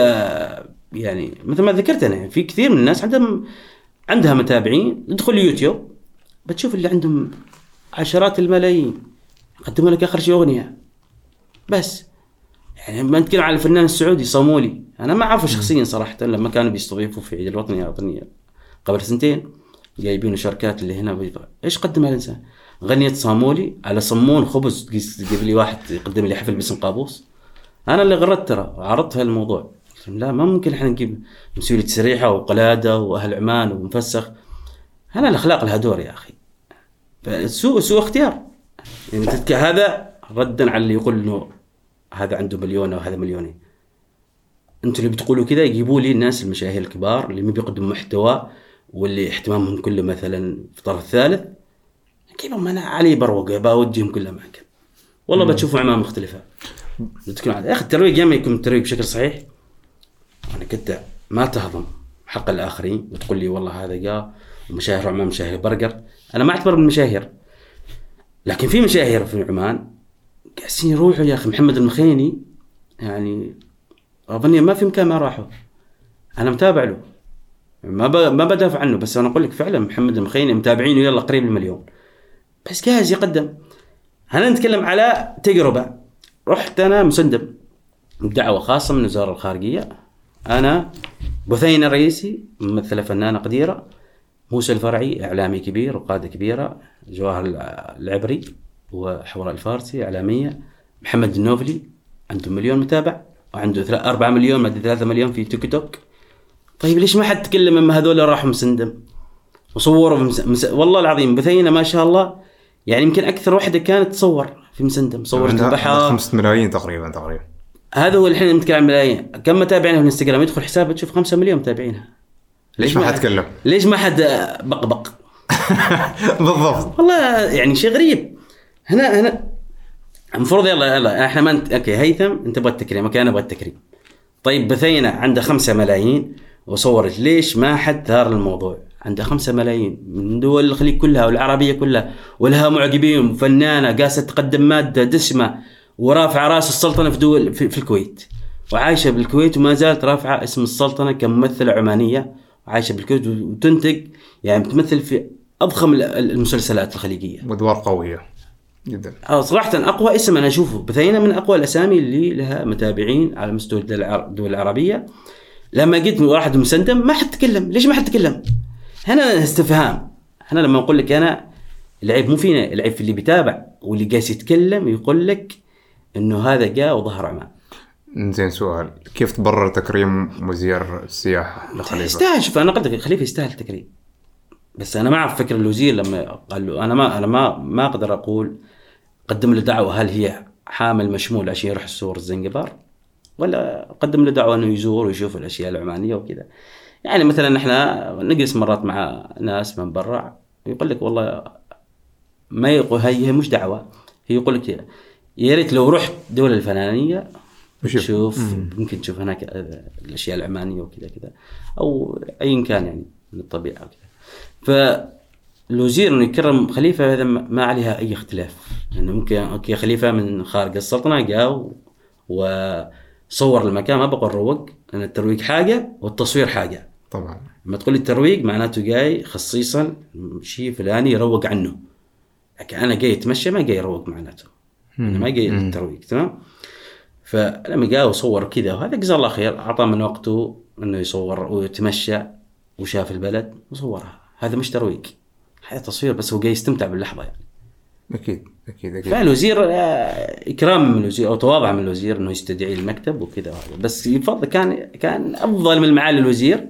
S1: يعني مثل ما ذكرت انا، في كثير من الناس عندهم عندها متابعين، ادخل يوتيوب بتشوف اللي عندهم عشرات الملايين يقدموا لك اخر شيء اغنيه بس. يعني ما نتكلم على الفنان السعودي صامولي، انا ما اعرفه شخصيا صراحه، لما كانوا بيستضيفوا في عيد الوطنيه الوطنيه قبل سنتين جايبين شركات اللي هنا بيض... ايش قدم هالانسان؟ غنية صامولي على صمون خبز. جيب لي واحد يقدم لي حفل باسم قابوس، انا اللي غردت ترى وعرضت هالموضوع. لا، ما ممكن احنا نجيب مسؤولية سريحه وقلاده واهل عمان ومفسخ. انا الاخلاق لها دور يا اخي، سوء سوء اختيار يعني. هذا ردا على اللي يقول انه هذا عنده مليون او هذا مليونين. انتوا اللي بتقولوا كذا يجيبوا لي الناس المشاهير الكبار اللي ما بيقدموا محتوى واللي اهتمامهم كله مثلا في الطرف الثالث، كيفهم انا علي بروق بوجههم كلها معك. والله بتشوفوا اعمال مختلفه. بتكون يا اخي الترويج يا اما يكون الترويج بشكل صحيح، انا كنت ما تهضم حق الاخرين وتقول لي والله هذا جاء ومشاهير عمان مشاهير برجر. انا ما اعتبر من المشاهير، لكن في مشاهير في عمان قاعدين يروحوا يا اخي. محمد المخيني يعني اظني ما في مكان ما راحوا، انا متابع له، ما ب... ما بدافع عنه، بس انا اقول لك فعلا محمد المخيني متابعينه يلا قريب المليون، بس جاهز يقدم. هنا نتكلم على تجربه. رحت انا مسندم بدعوه خاصه من وزاره الخارجيه، انا بثينه رئيسي، ممثله فنانه قديره، موسى الفرعي اعلامي كبير وقاده كبيره، جواهر العبري وحوراء الفارسي اعلاميه، محمد النوفلي عنده مليون متابع وعنده ثلاثة أربعة مليون ما أدري ثلاثة مليون في تيك توك. طيب ليش ما حد تكلم اما هذول راحوا مسندم وصوروا في مس... مس... والله العظيم بثينه ما شاء الله يعني يمكن اكثر واحده كانت تصور في مسندم، صورت البحر
S2: خمسة ملايين تقريبا تقريبا.
S1: هذا هو الحين نتكلم عن ملايين. كم متابعين في الانستغرام؟ يدخل حسابه تشوف خمسة مليون متابعينها.
S2: ليش ما حد تكلم؟
S1: ليش ما حد بقبق؟
S2: بالضبط
S1: والله يعني شيء غريب. هنا هنا المفروض يلا يلا احنا ما نت... اوكي هيثم انت تبغى التكريم، اوكي انا ابغى التكريم. طيب بثينه عنده خمسة ملايين وصورت، ليش ما حد ثار الموضوع؟ عنده خمسة ملايين من دول الخليج كلها والعربية كلها ولها معجبين وفنانة قاسة تقدم مادة دسمة ورافعة راس السلطنة في دول في, في الكويت، وعايشة بالكويت وما زالت رافعة اسم السلطنة كممثلة عمانية وعايشة بالكويت وتنتج يعني بتمثل في أضخم المسلسلات الخليجية
S2: وأدوار قوية جدا.
S1: صراحة أقوى اسم أنا أشوفه بثينة من أقوى الأسامي اللي لها متابعين على مستوى الدول العربية. لما جيت واحد مسندم ما حد تكلم. ليش ما حد تكلم؟ هنا استفهام. هنا لما أقول لك أنا العيب مو فينا، العيب في اللي بيتابع واللي قاس يتكلم يقول لك إنه هذا جاء وظهر عمان.
S2: زين سؤال، كيف تبرر تكريم وزير السياحة لخليفة؟
S1: يستاهل. شوف أنا قلت لك خليفة يستاهل التكريم، بس أنا ما أعرف فكر الوزير لما قال له أنا ما أنا ما ما أقدر أقول قدم له دعوة هل هي حامل مشمول عشان يروح السور الزنجبار ولا قدم له دعوة إنه يزور ويشوف الأشياء العمانية وكذا. يعني مثلا إحنا نجلس مرات مع ناس من برا يقول لك والله ما يقول هي مش دعوة، هي يقول لك يا ريت لو رحت دولة الفلانية تشوف ممكن تشوف هناك الأشياء العمانية وكذا كذا أو أي كان يعني من الطبيعة وكذا. فالوزير إنه يكرم خليفة هذا ما عليها أي اختلاف، لأنه يعني ممكن أوكي خليفة من خارج السلطنة جاء وصور المكان، ما بقول روق لأن الترويج حاجة والتصوير حاجة.
S2: طبعا
S1: لما تقول الترويج معناته جاي خصيصا شيء فلاني يروق عنه، لكن أنا جاي يتمشى ما جاي يروق معناته، أنا ما جاي الترويج. تمام. فلما جاء وصور كذا وهذا جزاه الله خير، أعطى من وقته إنه يصور ويتمشى وشاف البلد وصورها، هذا مش ترويج، هذا تصوير بس هو جاي يستمتع باللحظة يعني.
S2: أكيد أكيد أكيد.
S1: فالوزير إكرام من الوزير أو تواضع من الوزير إنه يستدعي المكتب وكذا، بس يفضل كان كان أفضل من معالي الوزير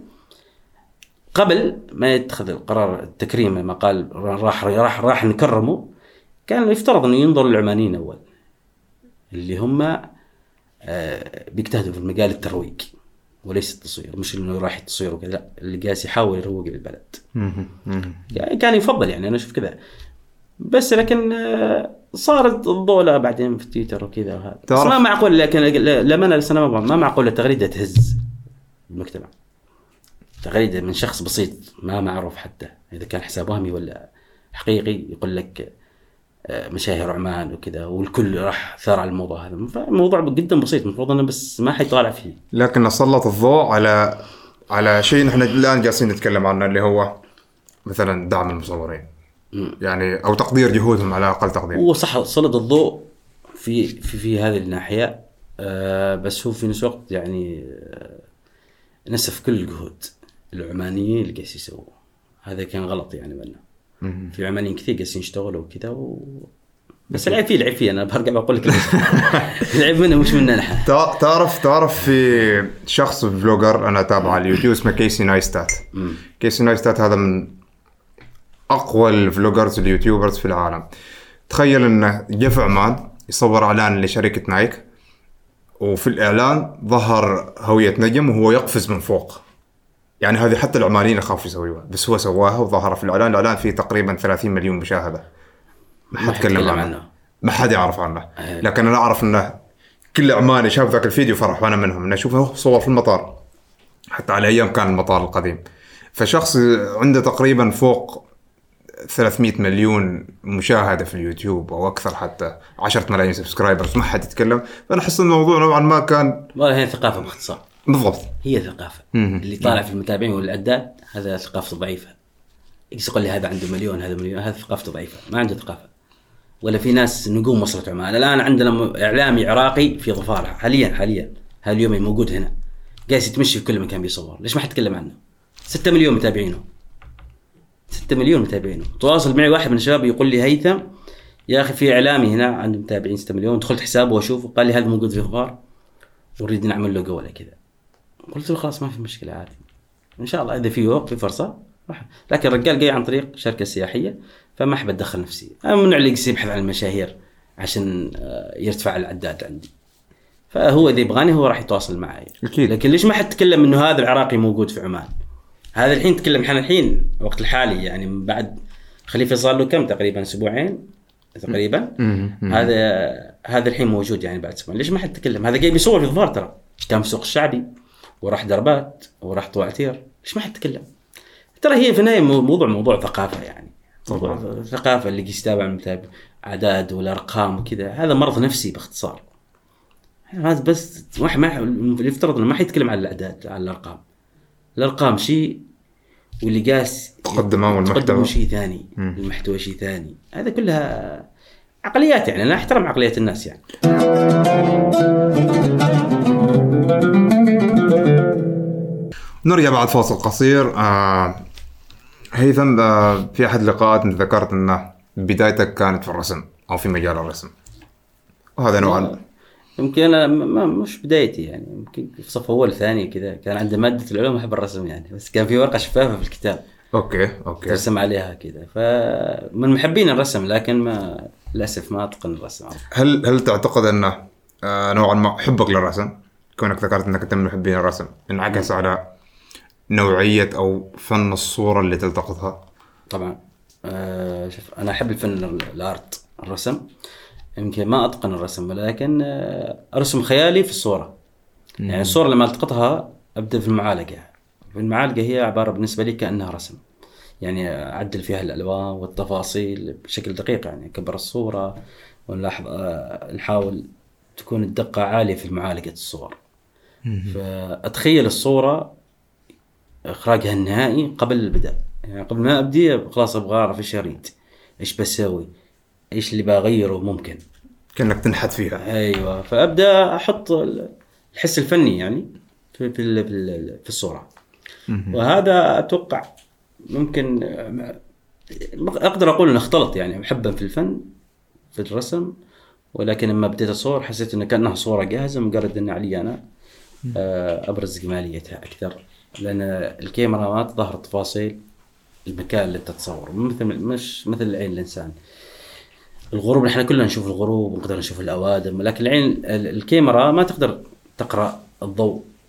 S1: قبل ما يتخذ القرار التكريم، ما قال راح راح راح نكرمه، كان يفترض إنه ينظر للعمانيين أول اللي هم بيجتهدوا في المجال الترويج. وليس التصوير، مش انه راح التصوير وكذا، لا اللي قاس يحاول يروق البلد. يعني كان يفضل يعني انا اشوف كذا، بس لكن صارت الضوء بعدين في تويتر وكذا وهذا، بس ما معقول. لكن لما انا لسه ما ما معقول التغريده تهز المجتمع، تغريده من شخص بسيط ما معروف حتى اذا كان حساب وهمي ولا حقيقي يقول لك مشاهير عمان وكذا، والكل راح ثار على الموضوع هذا. الموضوع جدا بسيط، المفروض انه بس ما حد يطالع فيه،
S2: لكن سلط الضوء على على شيء نحن الان جالسين نتكلم عنه، اللي هو مثلا دعم المصورين يعني او تقدير جهودهم على اقل تقدير.
S1: هو صح سلط الضوء في في في هذه الناحيه، آه بس هو في نفس الوقت يعني آه نسف كل الجهود العمانيين اللي قاعد يسووا هذا كان غلط يعني منا. في عمانيين كثير قاعدين يشتغلوا وكذا و... بس العيب فيه العيب فيه انا برجع بقول لك العيب منه مش مننا نحن.
S2: تعرف تعرف في شخص فلوجر انا تابعه على اليوتيوب اسمه كيسي نايستات. كيسي نايستات هذا من اقوى الفلوجرز اليوتيوبرز في العالم. تخيل انه جاء في عمان يصور اعلان لشركه نايك، وفي الاعلان ظهر هويه نجم وهو يقفز من فوق. يعني هذه حتى العمانيين يخافوا يسويوها، بس هو سواها وظهر في الإعلان. الإعلان فيه تقريبا ثلاثين مليون مشاهدة، ما حد تكلم عنه. عنه ما حد يعرف عنه. لكن أنا أعرف أنه كل عماني شاف ذاك الفيديو فرح، وأنا منهم. أنا أشوفه صور في المطار، حتى على أيام كان المطار القديم. فشخص عنده تقريبا فوق ثلاثمية مليون مشاهدة في اليوتيوب أو أكثر، حتى عشرة ملايين سبسكرايبرز، ما حد يتكلم. فأنا أحس أن الموضوع نوعا ما كان
S1: والله هي ثقافة باختصار.
S2: بالضبط،
S1: هي ثقافة. اللي طالع في المتابعين والأعداد هذا ثقافته ضعيفة. يقول لي هذا عنده مليون هذا مليون، هذا ثقافته ضعيفة، ما عنده ثقافة. ولا في ناس نجوم وصلت عمان. الآن عندنا إعلامي عراقي في ظفارة حاليا حاليا هاليوم موجود هنا قاعد يتمشي في كل مكان بيصور. ليش ما حد تكلم عنه؟ ستة مليون متابعينه، ستة مليون متابعينه. تواصل معي واحد من الشباب يقول لي هيثم يا أخي في إعلامي هنا عنده متابعين ستة مليون، دخلت حسابه وأشوفه قال لي هذا موجود في ظفار ونريد نعمل له جولة كذا. قلت له خلاص ما في مشكلة عادي إن شاء الله إذا في وقت في فرصة. لكن الرجال جاي عن طريق شركة سياحية فما أحب أدخل نفسي. أنا من اللي يبحث عن المشاهير عشان يرتفع العداد عندي، فهو إذا يبغاني هو راح يتواصل معي. لكن ليش ما حد تكلم إنه هذا العراقي موجود في عمان؟ هذا الحين تكلم حنا الحين وقت الحالي يعني من بعد خليفة صار له كم تقريبا أسبوعين تقريبا. هذا هذا الحين موجود يعني بعد أسبوعين. ليش ما حد تكلم؟ هذا جاي بيصور في ظفار، ترى كان في سوق الشعبي وراح دربات وراح طوعتير. ليش ما حد تكلم؟ ترى هي في النهاية موضوع موضوع ثقافة يعني موضوع ثقافة اللي يستابع المتابع أعداد والأرقام وكذا. هذا مرض نفسي باختصار. هذا بس واحد ما يفترض إنه ما حيتكلم على الأعداد على الأرقام. الأرقام شيء واللي قاس
S2: تقدمه والمحتوى
S1: شيء ثاني، المحتوى شيء ثاني. هذا كلها عقليات يعني. أنا أحترم عقليات الناس يعني.
S2: نرجع بعد فاصل قصير. آه هيثم، آه في أحد اللقاءات ذكرت أن بدايتك كانت في الرسم أو في مجال الرسم، وهذا نوعا
S1: يمكن أنا ما مش بدايتي يعني. يمكن في صف أول ثاني كذا كان عندي مادة العلوم أحب الرسم يعني، بس كان في ورقة شفافة في الكتاب
S2: أوكي أوكي
S1: ترسم عليها كذا. فمن محبين الرسم لكن ما للأسف ما أتقن الرسم.
S2: هل هل تعتقد أنه آه نوعا ما حبك للرسم كونك ذكرت أنك أنت من محبين الرسم انعكس على نوعية أو فن الصورة اللي تلتقطها؟
S1: طبعا. آه شوف أنا أحب الفن الأرت الرسم. يمكن ما أتقن الرسم ولكن آه أرسم خيالي في الصورة. مم. يعني الصورة لما ألتقطها أبدأ في المعالجة. في المعالجة هي عبارة بالنسبة لي كأنها رسم يعني. أعدل فيها الألوان والتفاصيل بشكل دقيق يعني. أكبر الصورة ونلاحظ آه نحاول تكون الدقة عالية في معالجة الصور. مم. فأتخيل الصورة إخراجها النهائي قبل البدء يعني. قبل ما أبدي خلاص أبغى أعرف إيش أريد، إيش بسوي، إيش اللي بغيره ممكن.
S2: كأنك تنحت فيها.
S1: أيوة. فأبدأ أحط الحس الفني يعني في في في الصورة. وهذا أتوقع ممكن أقدر أقول إنه اختلط يعني محبا في الفن في الرسم، ولكن لما بديت أصور حسيت إنه كأنها صورة جاهزة مجرد إن علي أنا أبرز جماليتها أكثر. لأن الكاميرا ما تظهر تفاصيل المكان اللي تتصور مثل مش مثل العين الإنسان. الغروب نحن كلنا نشوف الغروب ونقدر نشوف الأوادم، لكن العين الكاميرا ما تقدر تقرأ الضوء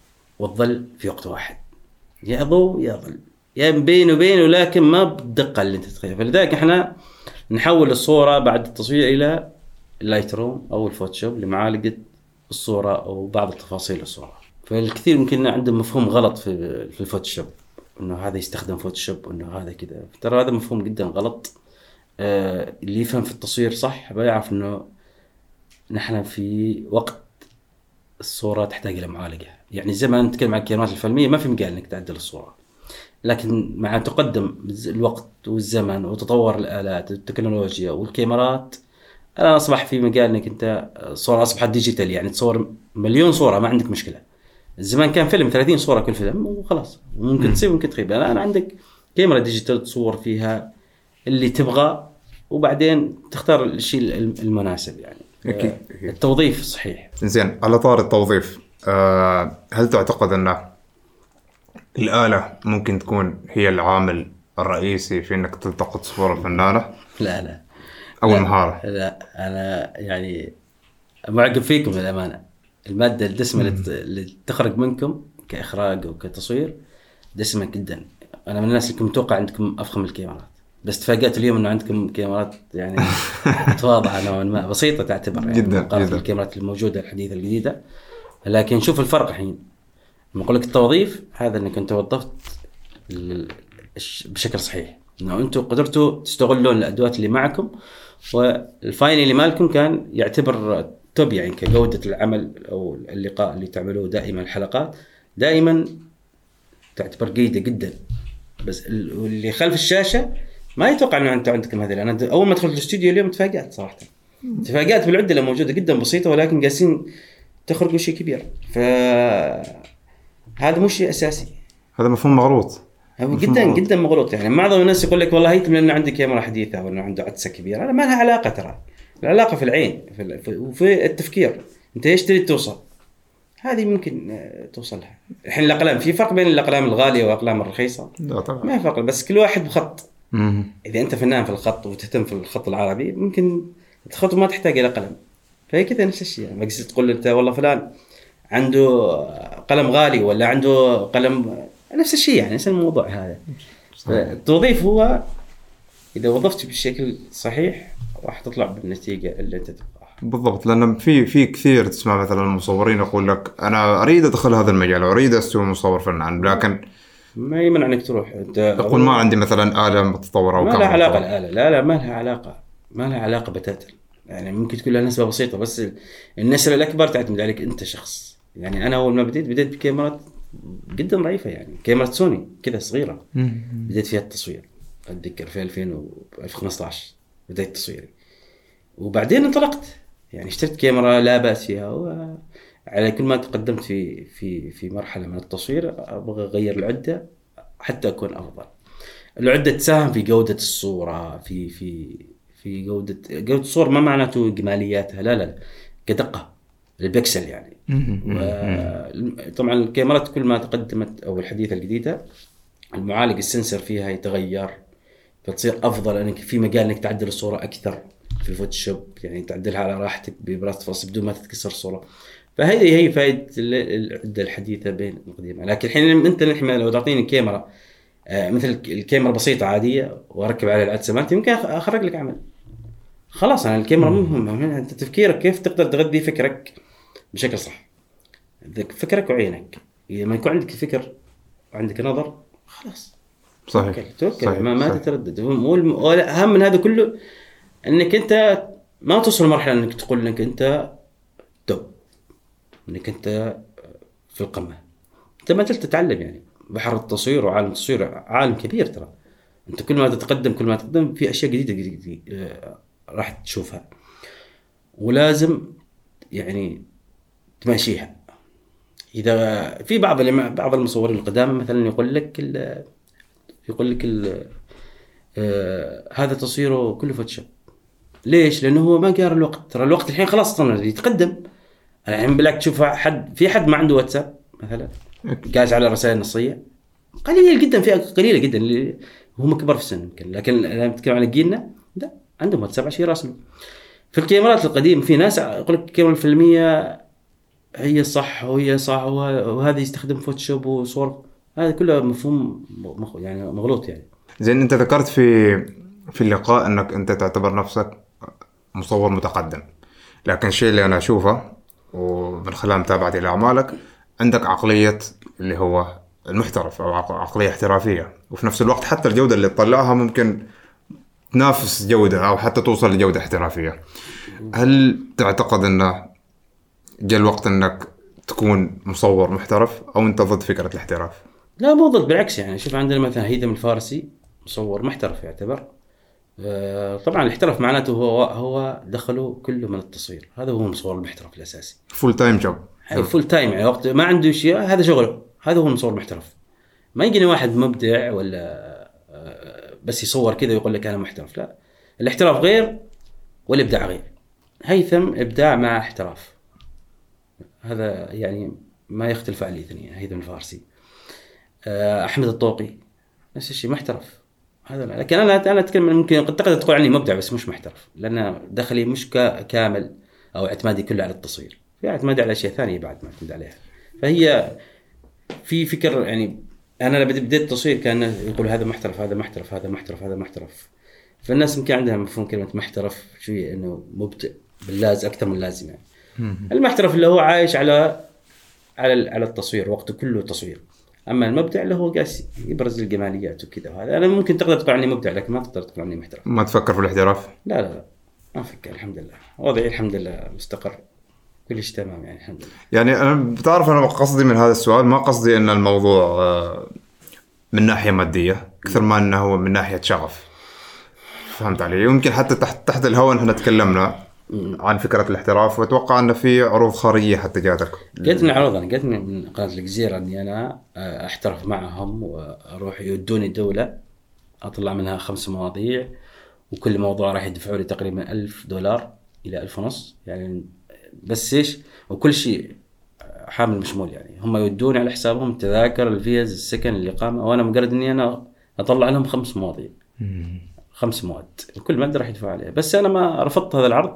S1: وتظل في وقت واحد، يا ضوء يا ظل، يا بين وبين، ولكن ما بالدقة اللي انت تتخيل. فلذلك احنا نحول الصورة بعد التصوير الى اللايت روم او الفوتوشوب لمعالجة الصورة او بعض التفاصيل الصورة. فالكثير ممكن عندهم مفهوم غلط في في الفوتوشوب، انه هذا يستخدم فوتوشوب وانه هذا كذا. ترى هذا مفهوم جدا غلط. آه اللي يفهم في التصوير صح بيعرف انه نحن في وقت الصورة تحتاج إلى معالجة. يعني زمان نتكلم عن الكاميرات الفيلمية ما في مجال إنك تعدل الصورة، لكن مع تقدم الوقت والزمن وتطور الآلات والتكنولوجيا والكاميرات الآن أصبح في مجال إنك أنت الصورة أصبحت ديجيتال، يعني تصور مليون صورة ما عندك مشكلة. الزمان كان فيلم ثلاثين صورة كل فيلم وخلاص، ممكن تصير ممكن تخيب. الآن عندك كاميرا ديجيتال تصور فيها اللي تبغى وبعدين تختار الشيء المناسب. يعني
S2: أكيد.
S1: التوظيف صحيح.
S2: زين، على طار التوظيف، أه هل تعتقد أن الآلة ممكن تكون هي العامل الرئيسي في أنك تلتقط صورة فنانة؟
S1: لا لا
S2: أو
S1: لا
S2: المهارة؟
S1: لا، أنا يعني معجب فيكم للأمانة. المادة الدسمة اللي تخرج منكم كإخراج وكتصوير دسمة جدا. أنا من الناس اللي كنت متوقع عندكم أفخم الكاميرات، بس تفاجأت اليوم إنه عندكم كاميرات يعني متواضعة نوعا ما، بسيطة تعتبر يعني
S2: جدا
S1: مقارنة
S2: جدا.
S1: الكاميرات الموجودة الحديثة الجديدة. لكن شوف الفرق الحين لما أقول لك التوظيف هذا، إنك أنت وظفت بشكل صحيح، إنه أنتوا قدرتوا تستغلون الأدوات اللي معكم، والفاينل اللي مالكم كان يعتبر توب يعني كجودة العمل أو اللقاء اللي تعملوه. دائما الحلقات دائما تعتبر جيدة جدا، بس اللي خلف الشاشة ما يتوقع إنه أنت عندكم هذه. أنا أول ما دخلت الاستوديو اليوم تفاجأت صراحة، تفاجأت بالعدة اللي موجودة جدا بسيطة، ولكن قاسين تخرجوا شيء كبير. فهذا مش شيء أساسي،
S2: هذا مفهوم مغلوط
S1: جدا مغلوط. جدا مغلوط. يعني معظم الناس يقول لك والله هيتم لأنه عندي كاميرا حديثة وإنه عنده عدسة كبيرة. أنا ما لها علاقة، ترى العلاقة في العين وفي التفكير. أنت إيش تريد توصل؟ هذه ممكن توصلها. الحين الأقلام، في فرق بين الأقلام الغالية والأقلام الرخيصة؟
S2: لا طبعا
S1: ما فرق، بس كل واحد بخط.
S2: مم.
S1: إذا أنت فنان في الخط وتهتم في الخط العربي ممكن تخط ما تحتاج إلى قلم. فهي كذا نفس الشيء. يعني ما قصدي تقول أنت والله فلان عنده قلم غالي ولا عنده قلم، نفس الشيء يعني نفس الموضوع هذا. التوظيف هو إذا وظفت بالشكل صحيح راح تطلع بالنتيجة اللي أنت تبغاها.
S2: بالضبط، لأن في في كثير تسمع مثلا المصورين يقول لك أنا أريد أدخل هذا المجال وأريد أستوي مصور فنان، لكن
S1: ما يمنع أنك تروح. أنت
S2: يقول ما عندي مثلا آلة متطورة أو
S1: ما لها علاقة الآلة. لا لا ما لها علاقة، ما لها علاقة بتاتا. يعني ممكن تكون لها نسبة بسيطة، بس النسبة الأكبر تعتمد عليك أنت شخص. يعني أنا أول ما بديت بديت بكاميرات جدا ضعيفة، يعني كاميرا سوني كذا صغيرة بديت فيها التصوير. أتذكر في ألفين وخمسة عشر بديت تصويري، وبعدين انطلقت يعني اشتريت كاميرا لا بأس فيها. وعلى كل ما تقدمت في في في مرحلة من التصوير أبغى أغير العدة حتى أكون أفضل. العدة تساهم في جودة الصورة، في في في جودة جودة الصورة. ما معناته جمالياتها، لا لا, لا. كدقة البكسل يعني. طبعا الكاميرات كل ما تقدمت أو الحديثة الجديدة المعالج السنسر فيها يتغير، فتصير أفضل أنك في مجال أنك تعدل الصورة أكثر في الفوتوشوب، يعني تعدلها على راحتك ببراس فاصل بدون ما تتكسر الصورة. فهذه هي فائدة العدة الحديثة بين القديمة. لكن الحين أنت الحين لو تعطيني كاميرا آه مثل الكاميرا بسيطة عادية وأركب عليها العدسة مالتي يمكن أخرج لك عمل. خلاص أنا الكاميرا مهم. أنت تفكيرك كيف تقدر تغذي فكرك بشكل صح. فكرك وعينك. إذا ما يكون عندك فكر وعندك نظر خلاص
S2: صحيح
S1: توكل. صحيح. ما ما تتردد. وأهم من هذا كله انك انت ما توصل لمرحله انك تقول انك انت توب، انك انت في القمه. انت ما زلت تتعلم. يعني بحر التصوير وعالم التصوير عالم كبير ترى. انت كل ما تتقدم كل ما تقدم في اشياء جديده جديده راح تشوفها، ولازم يعني تماشيها. اذا في بعض بعض المصورين القدامى مثلا يقول لك يقول لك آه هذا تصويره كله فوتوشوب. ليش؟ لأنه هو ما قار الوقت. ترى الوقت الحين خلاص صار يتقدم. الحين بلاك تشوف حد في حد ما عنده واتساب مثلا قاعد على رسائل نصية قليل جدا، فئة قليلة جدا اللي هم كبار في السن يمكن. لكن لما نتكلم عن جيلنا لا عندهم واتساب عشان يراسلوا. في الكاميرات القديمة في ناس يقول لك الكاميرا الفيلمية هي صح وهي صح، وهذا يستخدم فوتوشوب وصور، هذا كله مفهوم مخ... يعني مغلوط يعني.
S2: زين انت ذكرت في في اللقاء انك انت تعتبر نفسك مصور متقدم، لكن الشيء اللي انا اشوفه ومن خلال متابعتي لاعمالك عندك عقليه اللي هو المحترف او عقليه احترافيه، وفي نفس الوقت حتى الجوده اللي تطلعها ممكن تنافس جوده او حتى توصل لجوده احترافيه. هل تعتقد انه جاء الوقت انك تكون مصور محترف او انت ضد فكره الاحتراف؟
S1: لا مو ضد، بالعكس يعني. شوف عندنا مثلا هيثم الفارسي مصور محترف يعتبر. آه طبعا الاحتراف معناته هو هو دخله كله من التصوير، هذا هو مصور المحترف الاساسي.
S2: فول تايم جوب،
S1: فول تايم يعني وقت ما عنده شيء هذا شغله، هذا هو المصور المحترف. ما يجيني واحد مبدع ولا آه بس يصور كذا ويقول لك انا محترف، لا. الاحتراف غير والابداع غير. هيثم ابداع مع احتراف، هذا يعني ما يختلف عن الاثنين. هيثم الفارسي، احمد الطوقي نفس الشيء محترف هذا. لكن انا انا اتكلم ممكن قد تقدر تقول عني مبدع بس مش محترف، لان دخلي مش كامل او اعتمادي كله على التصوير، في اعتمادي على اشياء ثانيه بعد ما اعتمد عليها. فهي في فكر يعني. انا لما بديت التصوير كان يقول هذا محترف هذا محترف هذا محترف هذا محترف، فالناس يمكن عندها مفهوم كلمه محترف شويه انه مبدع باللازم اكثر من اللازم يعني. المحترف اللي هو عايش على على على التصوير، وقته كله تصوير. اما المبدع اللي هو قاس يبرز الجماليات وكذا، وهذا انا ممكن تقدر تقول عني مبدع لكن ما تقدر تقول عني محترف.
S2: ما تفكر في الاحتراف؟
S1: لا لا لا ما افكر، الحمد لله وضعي الحمد لله مستقر كل شيء تمام يعني الحمد لله.
S2: يعني انا بتعرف انا قصدي من هذا السؤال ما قصدي ان الموضوع من ناحيه ماديه اكثر ما انه هو من ناحيه شغف، فهمت علي؟ يمكن حتى تحت تحت الهواء احنا تكلمنا عن فكرة الاحتراف، واتوقع ان في عروض خارجية حتى جاتك.
S1: جاتني عروض، انا جاتني من قناة الجزيرة اني انا احترف معهم واروح يودوني الدولة اطلع منها خمس مواضيع، وكل موضوع راح يدفعوا لي تقريبا ألف دولار الى ألف ونص يعني، بس ايش وكل شيء حامل مشمول يعني. هم يودوني على حسابهم التذاكر الفيز السكن الإقامة، وانا مجرد اني انا اطلع لهم خمس مواضيع خمس مواد، وكل مادة راح يدفع عليها. بس انا ما رفضت هذا العرض،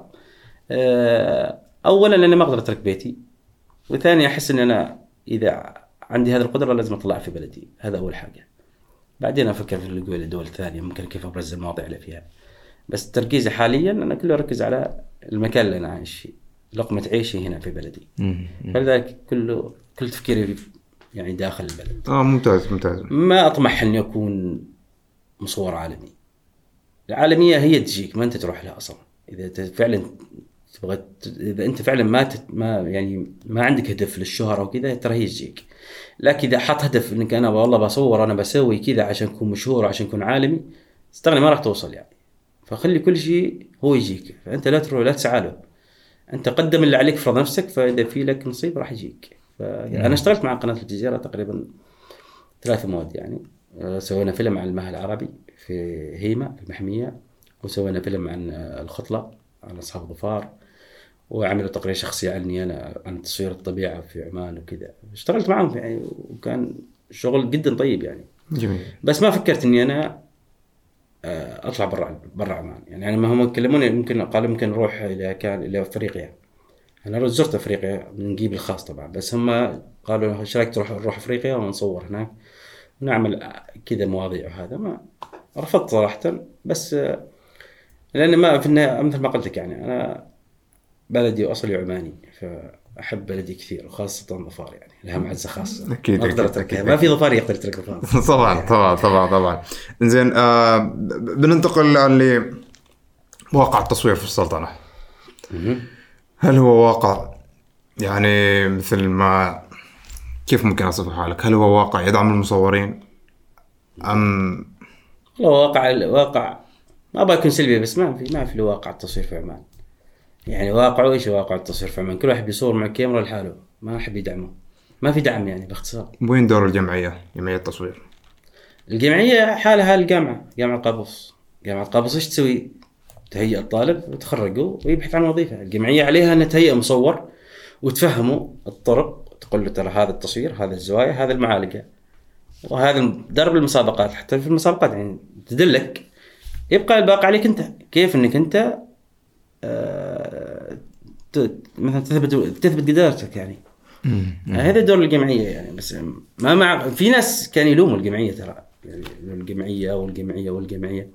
S1: اولا لاني ما اقدر اترك بيتي، وثاني احس ان انا اذا عندي هذه القدره لازم اطلع في بلدي، هذا اول حاجه. بعدين افكر في اللي الدول الثانيه ممكن كيف ابرز المواضيع اللي فيها، بس تركيزي حاليا انا كله اركز على المكان اللي انا عايش فيه، لقمه عيشي هنا في بلدي. فلذلك كله كل تفكيري يعني داخل البلد.
S2: اه ممتاز ممتاز.
S1: ما اطمح اني اكون مصور عالمي. العالميه هي تجيك، ما انت تروح لها اصلا. اذا فعلا تبغى، اذا انت فعلا ما تت... ما يعني ما عندك هدف للشهره وكذا، ترى هي تجيك. لكن اذا حط هدف انك انا والله بصور انا بسوي كذا عشان اكون مشهور عشان اكون عالمي، استغني ما راح توصل يعني. فخلي كل شيء هو يجيك، فانت لا تروح لا تسعى له، انت قدم اللي عليك، فرض نفسك، فاذا في لك نصيب راح يجيك. فانا اشتغلت مع قناه الجزيره تقريبا ثلاث مواد يعني. سوينا فيلم عن المهل العربي في هيمه في المحميه، وسوينا فيلم عن الخطله عن اصحاب ظفار، وعملوا تقرير شخصي عني انا عن تصوير الطبيعه في عمان وكذا. اشتغلت معهم يعني، وكان شغل جدا طيب يعني.
S2: جميل.
S1: بس ما فكرت اني انا اطلع برا برا عمان يعني. انا ما هم كلموني ممكن قالوا ممكن نروح الى كان الى افريقيا. انا زرت افريقيا من جيب الخاص طبعا، بس هم قالوا ايش رايك تروح نروح افريقيا ونصور هناك ونعمل كذا مواضيع. وهذا ما رفضت صراحه، بس لان ما في النهايه مثل ما قلت لك يعني انا بلدي واصلي عماني، فاحب بلدي كثير، وخاصه ظفار يعني لها معزه خاصه.
S2: اكيد
S1: ما اقدر اتركها، ما في ظفار يقدر يترك ظفار.
S2: طبعا طبعا طبعا طبعا. زين آه بننتقل لواقع التصوير في السلطنه. هل هو واقع يعني مثل ما كيف ممكن اصفه حالك؟ هل هو واقع يدعم المصورين ام
S1: هو واقع الواقع ما بكون سلبي، بس ما في ما في واقع التصوير في عمان يعني. واقعه ايش واقع التصوير في عمان؟ كل واحد بيصور مع كاميرا لحاله، ما احد يدعمه، ما في دعم يعني باختصار.
S2: وين دور الجمعيه جمعيه التصوير؟
S1: الجمعيه حالها الجامعه جامعه قابوس. جامعه قابوس ايش تسوي؟ تهيئ الطالب وتخرجه ويبحث عن وظيفه. الجمعيه عليها ان تهيئ مصور وتفهمه الطرق، تقول له ترى هذا التصوير، هذا الزوايا، هذا المعالجه، وهذا درب المسابقات. حتى في المسابقات يعني تدلك. يبقى الباقي عليك انت، كيف انك انت آه مثلا تثبت تثبت قدرتك يعني. هذا دور الجمعيه يعني. بس ما مع في ناس كانوا يلوموا الجمعيه ترى، يعني الجمعيه والجمعيه والجمعيه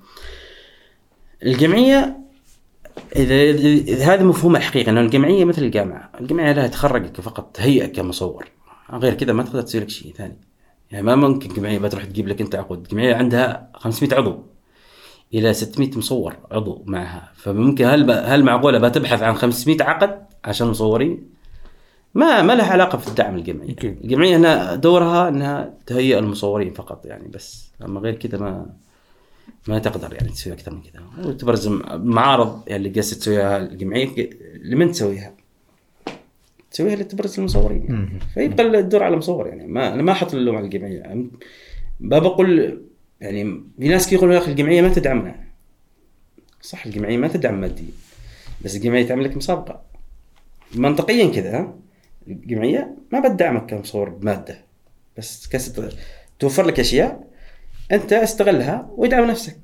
S1: الجمعيه إذا, إذا هذا مفهوم الحقيقة أن الجمعية مثل الجامعة، الجمعية لها تخرجك فقط هيئة كمصور، غير كذا ما تقدر تسوي لك شيء ثاني. يعني ما ممكن جمعية بتروح تجيب لك أنت عقود. الجمعية عندها خمسمائة عضو إلى ستمائة مصور عضو معها، فممكن هل هل معقولة بتبحث عن خمسمائة عقد عشان مصورين؟ ما ما لها علاقة في الدعم الجمعية. الجمعية هنا دورها أنها تهيئ المصورين فقط يعني بس، أما غير كذا ما ما تقدر يعني تسوي أكثر من كذا. وتبرز معارض يعني اللي قاعدة تسويها الجمعية لمن تسويها؟ تسويها لتبرز المصورين يعني. فيبقى الدور على المصور يعني. ما أنا ما أحط اللوم على الجمعية. ما بقول يعني في ناس كي يقولوا يا أخي الجمعية ما تدعمنا. صح الجمعية ما تدعم ماديا، بس الجمعية تعمل لك مسابقة منطقيا كذا. الجمعية ما بتدعمك كمصور بمادة، بس كست توفر لك أشياء أنت استغلها ويدعم نفسك.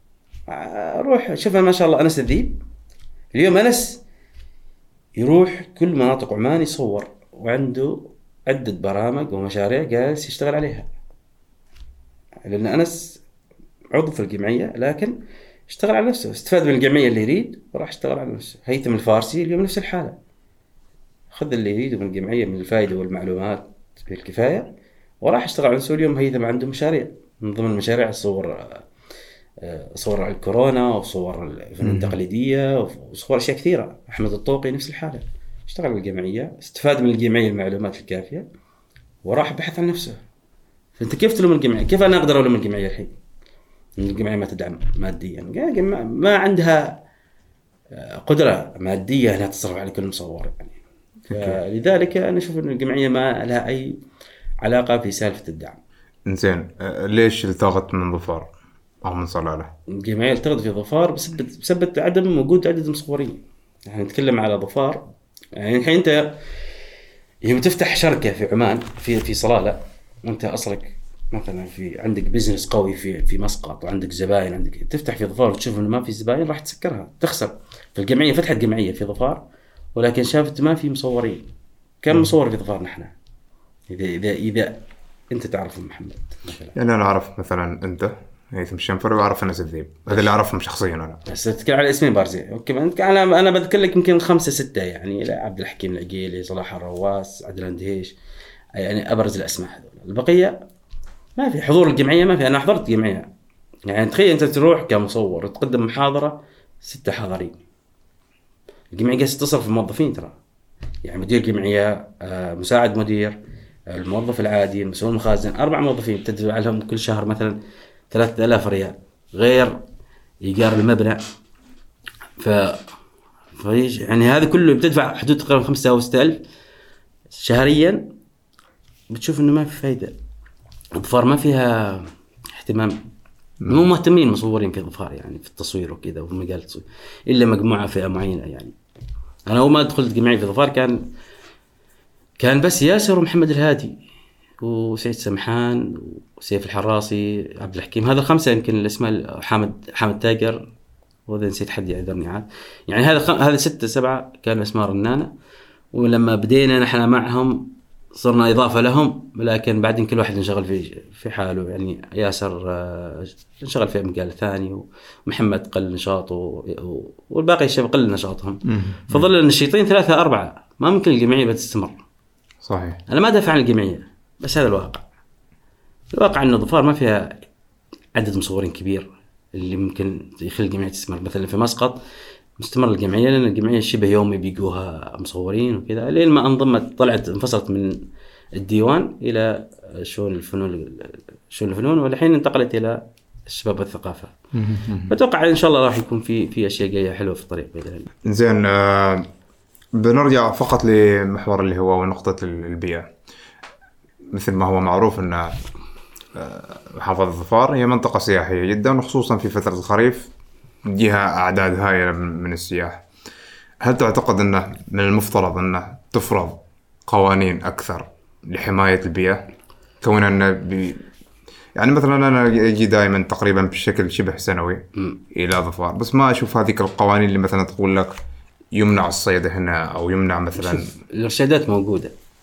S1: روح شوف ما شاء الله أنس الذيب اليوم، أنس يروح كل مناطق عمان يصور، وعنده عدة برامج ومشاريع جالس يشتغل عليها، لأن أنس عضو في الجمعية لكن اشتغل على نفسه، استفاد من الجمعية اللي يريد وراح اشتغل على نفسه. هيثم الفارسي اليوم نفس الحالة، خذ اللي يريده من الجمعية من الفائدة والمعلومات بالكفاية وراح اشتغل على نفسه. اليوم هيثم عنده مشاريع، من ضمن المشاريع صور صور على الكورونا وصور الفنون التقليدية وصور أشياء كثيرة. أحمد الطوقي نفس الحالة، اشتغل بالجمعية، استفاد من الجمعية المعلومات الكافية وراح بحث عن نفسه. فأنت كيف تلوم الجمعية؟ كيف أنا أقدر ألوم الجمعية الحين؟ الجمعية ما تدعم ماديا، ما عندها قدرة مادية أنها تصرف على كل مصور يعني. فلذلك أنا أشوف أن الجمعية ما لها أي علاقة في سالفة الدعم.
S2: إنزين ليش التغط من ظفار أو من صلالة؟
S1: الجمعية التغط في ظفار بسبب بسبب عدم وجود عدد مصورين. يعني نتكلم على ظفار، يعني الحين أنت يوم تفتح شركة في عمان في في صلالة وأنت أصلك مثلا في عندك بيزنس قوي في في مسقط وعندك زباين، عندك تفتح في ظفار وتشوف إنه ما في زباين راح تسكرها تخسر. فالجمعية فتحت جمعية في ظفار ولكن شافت ما في مصورين. كم مصور في ظفار نحن؟ إذا إذا إذا أنت تعرف محمد مثلا.
S2: يعني أنا أعرف مثلا أنت هيثم الشنفري وأعرف أنس الذيب، هذا اللي أعرفهم شخصيا أنا.
S1: بس تتكلم على اسمين بارزين. أوكي أنا أنا بذكر لك يمكن خمسة ستة يعني، لا عبد الحكيم العقيلي، صلاح الرواس، عدنان دهيش، يعني أبرز الأسماء هذول. البقية ما في حضور الجمعية، ما في. أنا حضرت جمعية يعني، تخيل أنت تروح كمصور وتقدم محاضرة ستة حاضرين. الجمعية قاعدة تصرف في الموظفين ترى، يعني مدير جمعية، مساعد مدير، الموظف العادي، المسؤول المخازن، أربع موظفين تدفع لهم كل شهر مثلا ثلاثة آلاف ريال غير إيجار المبنى. ف فيش يعني هذا كله بتدفع حدود تقريبا خمسة أو ستة ألف شهريا. بتشوف إنه ما في فايدة. ظفار ما فيها اهتمام، مو مهتمين مصورين في ظفار يعني في التصوير وكذا وفي مجال التصوير إلا مجموعة فئة معينة يعني. أنا أول ما دخلت جمعية في ظفار كان كان بس ياسر ومحمد الهادي وسيد سمحان وسيف الحراسي عبد الحكيم، هذا الخمسة يمكن الاسماء، حامد حامد تاجر وإذا نسيت حد يعذرني عاد يعني. هذا خم... هذا ستة سبعة كانوا اسماء رنانة، ولما بدينا نحن معهم صرنا إضافة لهم، لكن بعدين كل واحد انشغل في في حاله يعني. ياسر انشغل في مجال ثاني ومحمد قل نشاطه والباقي الشباب قل نشاطهم، فظل النشيطين ثلاثة أربعة. ما ممكن الجمعية بتستمر.
S2: صحيح.
S1: أنا ما دافع عن الجمعية بس هذا الواقع. الواقع أن ظفار ما فيها عدد مصورين كبير اللي ممكن يخلي الجمعية تستمر. مثلا في مسقط مستمر الجمعية لأن الجمعية شبه يومي بيجوها مصورين وكذا، لين ما أنظمت طلعت انفصلت من الديوان إلى شؤون الفنون شؤون الفنون والحين انتقلت إلى الشباب والثقافة. بتوقع إن شاء الله راح يكون في في أشياء جاية حلوة في الطريق بإذن الله.
S2: زين آه بنرجع فقط لمحور اللي هو نقطة البيئة. مثل ما هو معروف أن آه محافظة ظفار هي منطقة سياحية جدا، وخصوصا في فترة الخريف جهة أعداد هائلة من السياح. هل تعتقد أنه من المفترض أنه تفرض قوانين أكثر لحماية البيئة، كون أنه بي يعني مثلا أنا أجي دائما تقريبا بشكل شبه سنوي م. إلى ظفار، بس ما أشوف هذه القوانين اللي مثلا تقول لك يمنع الصيد هنا أو يمنع مثلا.
S1: الإرشادات موجودة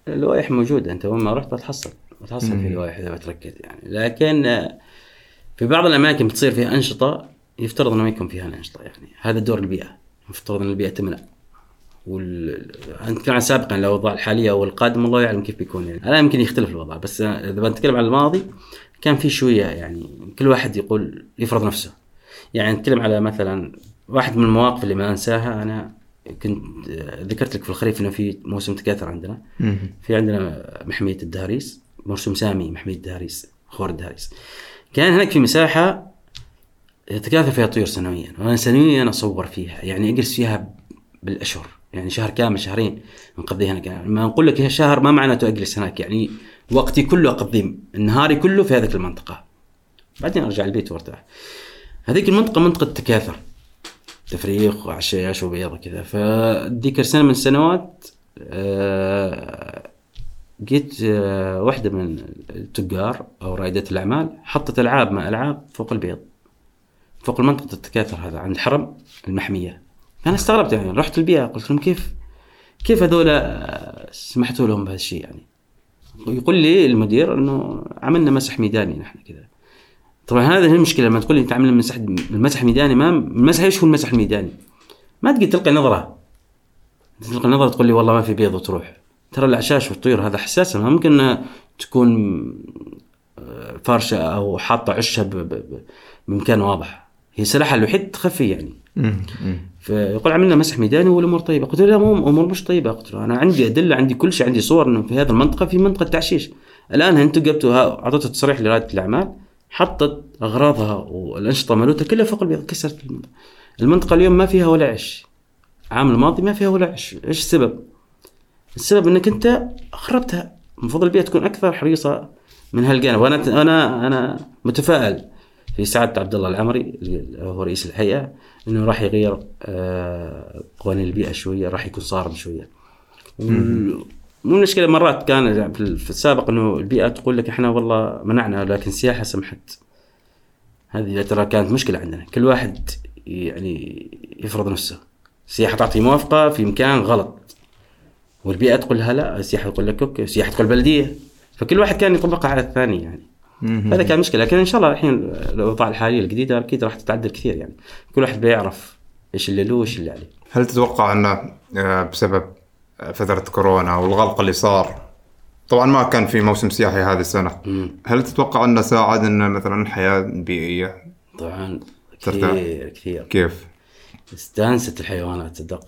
S1: اللوائح موجودة، أنت وين ما رحت بتحصل بتحصل في اللوائح إذا بتركز يعني. لكن في بعض الأماكن بتصير فيها أنشطة يفترض أنه ما يكون فيها الأنشطة يعني. هذا دور البيئة، يفترض أن البيئة تمنع. وال كان سابقا الأوضاع الحالية والقادم الله يعلم كيف بيكون يعني. الآن يمكن يختلف الوضع، بس إذا بنتكلم عن الماضي كان في شوية يعني كل واحد يقول يفرض نفسه يعني. نتكلم على مثلا واحد من المواقف اللي ما أنساها، أنا كنت ذكرت لك في الخريف إنه في موسم تكاثر عندنا. في عندنا محمية الدهريس، موسم سامي محمية الدهريس، خور الدهريس. كان هناك في مساحة تكاثر فيها طيور سنويا، وأنا سنويا أصور فيها يعني، أجلس فيها بالأشهر يعني، شهر كامل شهرين نقضيها هناك. ما نقول لك شهر ما معناته أجلس هناك يعني، وقتي كله أقضيه النهاري كله في هذه المنطقة، بعدين أرجع البيت وارتاح. هذيك المنطقة منطقة تكاثر، تفريخ وعشاش وبيضة كذا. فذيك سنة من السنوات أه جيت أه واحدة من التجار أو رائدة الأعمال حطت ألعاب ما ألعاب فوق البيض، فوق المنطقة التكاثر هذا عند حرم المحمية. أنا استغربت يعني، رحت البيئة قلت لهم كيف كيف هذولا سمحتوا لهم بهذا الشيء يعني. يقول لي المدير إنه عملنا مسح ميداني نحن كذا. طبعا هذا هي المشكلة، لما تقول لي أنت عامل مسح المسح الميداني، ما المسح إيش هو المسح الميداني؟ ما تقدر تلقى نظرة تلقى نظرة تقول لي والله ما في بيض وتروح. ترى الأعشاش والطيور هذا حساسة، ما ممكن تكون فارشة أو حاطة عشها بمكان واضح، هي سلاحها الوحيد تخفي يعني. فيقول عملنا مسح ميداني والأمور طيبة. قلت له لا، مو أمور مش طيبة. قلت له أنا عندي أدلة، عندي كل شيء، عندي صور إنه في هذه المنطقة في منطقة تعشيش. الآن أنتوا جبتوا أعطيتوا تصريح لرائدة الأعمال، حطت أغراضها والأنشطة مالوتها كلها فوق البيض، كسرت المنطقة. اليوم ما فيها ولا عش، عام الماضي ما فيها ولا عش. إيش السبب؟ السبب إنك أنت خربتها. المفروض البيئة تكون أكثر حريصة من هالجانب. وأنا أنا أنا متفائل في سعادة عبد الله العمري هو رئيس الهيئة إنه راح يغير قوانين البيئة شوية، راح يكون صارم شوية. مو مشكلة مرات كان في السابق إنه البيئة تقول لك إحنا والله منعنا، لكن السياحة سمحت. هذه ترى كانت مشكلة عندنا، كل واحد يعني يفرض نفسه. السياحة تعطي موافقة في مكان غلط، والبيئة تقول لها لا، السياحة تقول لك أوكي، السياحة تقول بلدية، فكل واحد كان يطبقها على الثاني يعني. هذا كان مشكلة. لكن إن شاء الله الحين الأوضاع الحالية الجديدة أكيد راح تتعدل كثير يعني، كل واحد بيعرف إيش اللي له وإيش اللي عليه.
S2: هل تتوقع أنه بسبب فترة كورونا والغلق اللي صار، طبعا ما كان في موسم سياحي هذه السنة، مم. هل تتوقع أنه ساعد أن مثلا الحياة البيئية؟
S1: طبعا كثير كثير.
S2: كيف؟
S1: استانست الحيوانات صدق.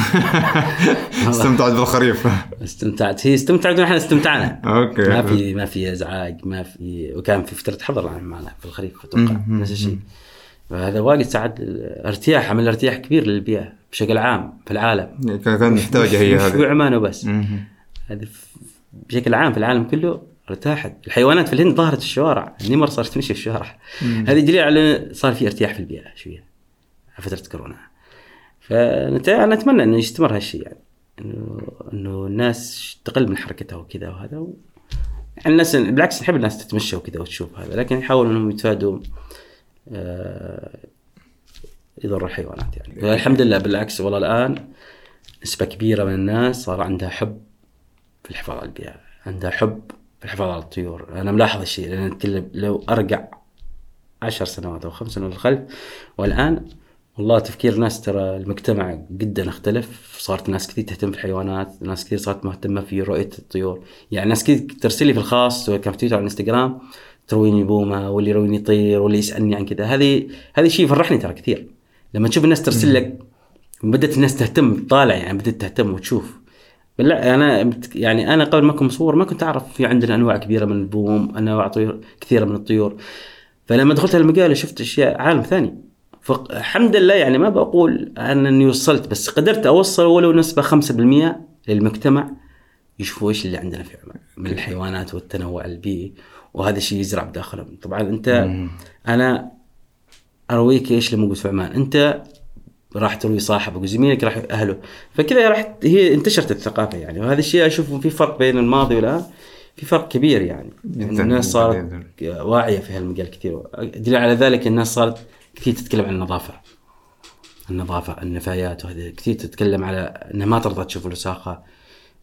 S2: استمتعت بالخريف.
S1: استمتعت، هي استمتعت ونحن استمتعنا.
S2: أوكي.
S1: ما في ما في إزعاج، ما في، وكان في فترة حظر معنا في الخريف أتوقع نفس الشيء. وهذا واجد ساعد ارتياح، عمل ارتياح كبير للبيئة بشكل عام في العالم.
S2: كان محتاجة هي هذه.
S1: مش في عمان وبس. هذا بشكل عام في العالم كله ارتاحت. الحيوانات في الهند ظهرت الشوارع، النمر صارت تمشي في الشوارع. هذه دليل على صار في ارتياح في البيئة شوية في فترة كورونا. فنتمنى انه يستمر هالشيء يعني، انه انه الناس تقل من حركتها وكذا وهذا و... يعني الناس بالعكس نحب الناس تتمشى وكذا وتشوف هذا، لكن يحاولوا انهم يتفادوا آه... يضر الحيوانات يعني. الحمد لله بالعكس والله الان نسبة كبيرة من الناس صار عندها حب في الحفاظ على البيئة، عندها حب في الحفاظ على الطيور. انا ملاحظ الشيء، لان لو ارجع عشر سنوات او خمس سنوات للخلف والان والله تفكير ناس، ترى المجتمع جدا اختلف. صارت ناس كثير تهتم في الحيوانات، ناس كثير صارت مهتمة في رؤية الطيور. يعني ناس كثير ترسل لي في الخاص سواء كان في تويتر أو انستغرام، ترويني بومة واللي يرويني طير واللي يسألني عن كذا. هذه هذه شيء يفرحني ترى كثير لما تشوف الناس ترسل لك، بدأت الناس تهتم، طالع يعني بدأت تهتم وتشوف. بالله أنا يعني أنا قبل ما كنت مصور ما كنت أعرف في عندنا أنواع كبيرة من البوم، أنواع طيور كثيرة من الطيور. فلما دخلت المجال شفت أشياء عالم ثاني. فالحمد لله يعني ما بقول أنا أني وصلت، بس قدرت أوصل ولو نسبة خمسة بالمئة للمجتمع يشوفوا إيش اللي عندنا في عمان من الحيوانات والتنوع البيئي، وهذا الشيء يزرع بداخلهم. طبعا أنت مم. أنا أرويك إيش اللي موجود في عمان، أنت راح تروي صاحبك وزميلك راح أهله، فكذا راح هي انتشرت الثقافة يعني. وهذا الشيء أشوفه في فرق بين الماضي والآن، في فرق كبير يعني. يعني الناس صارت واعية في هالمجال كثير. دليل على ذلك الناس صارت كثير تتكلم عن النظافة النظافة النفايات، وهذا كثير تتكلم على أنها ما ترضى تشوف الوساخة.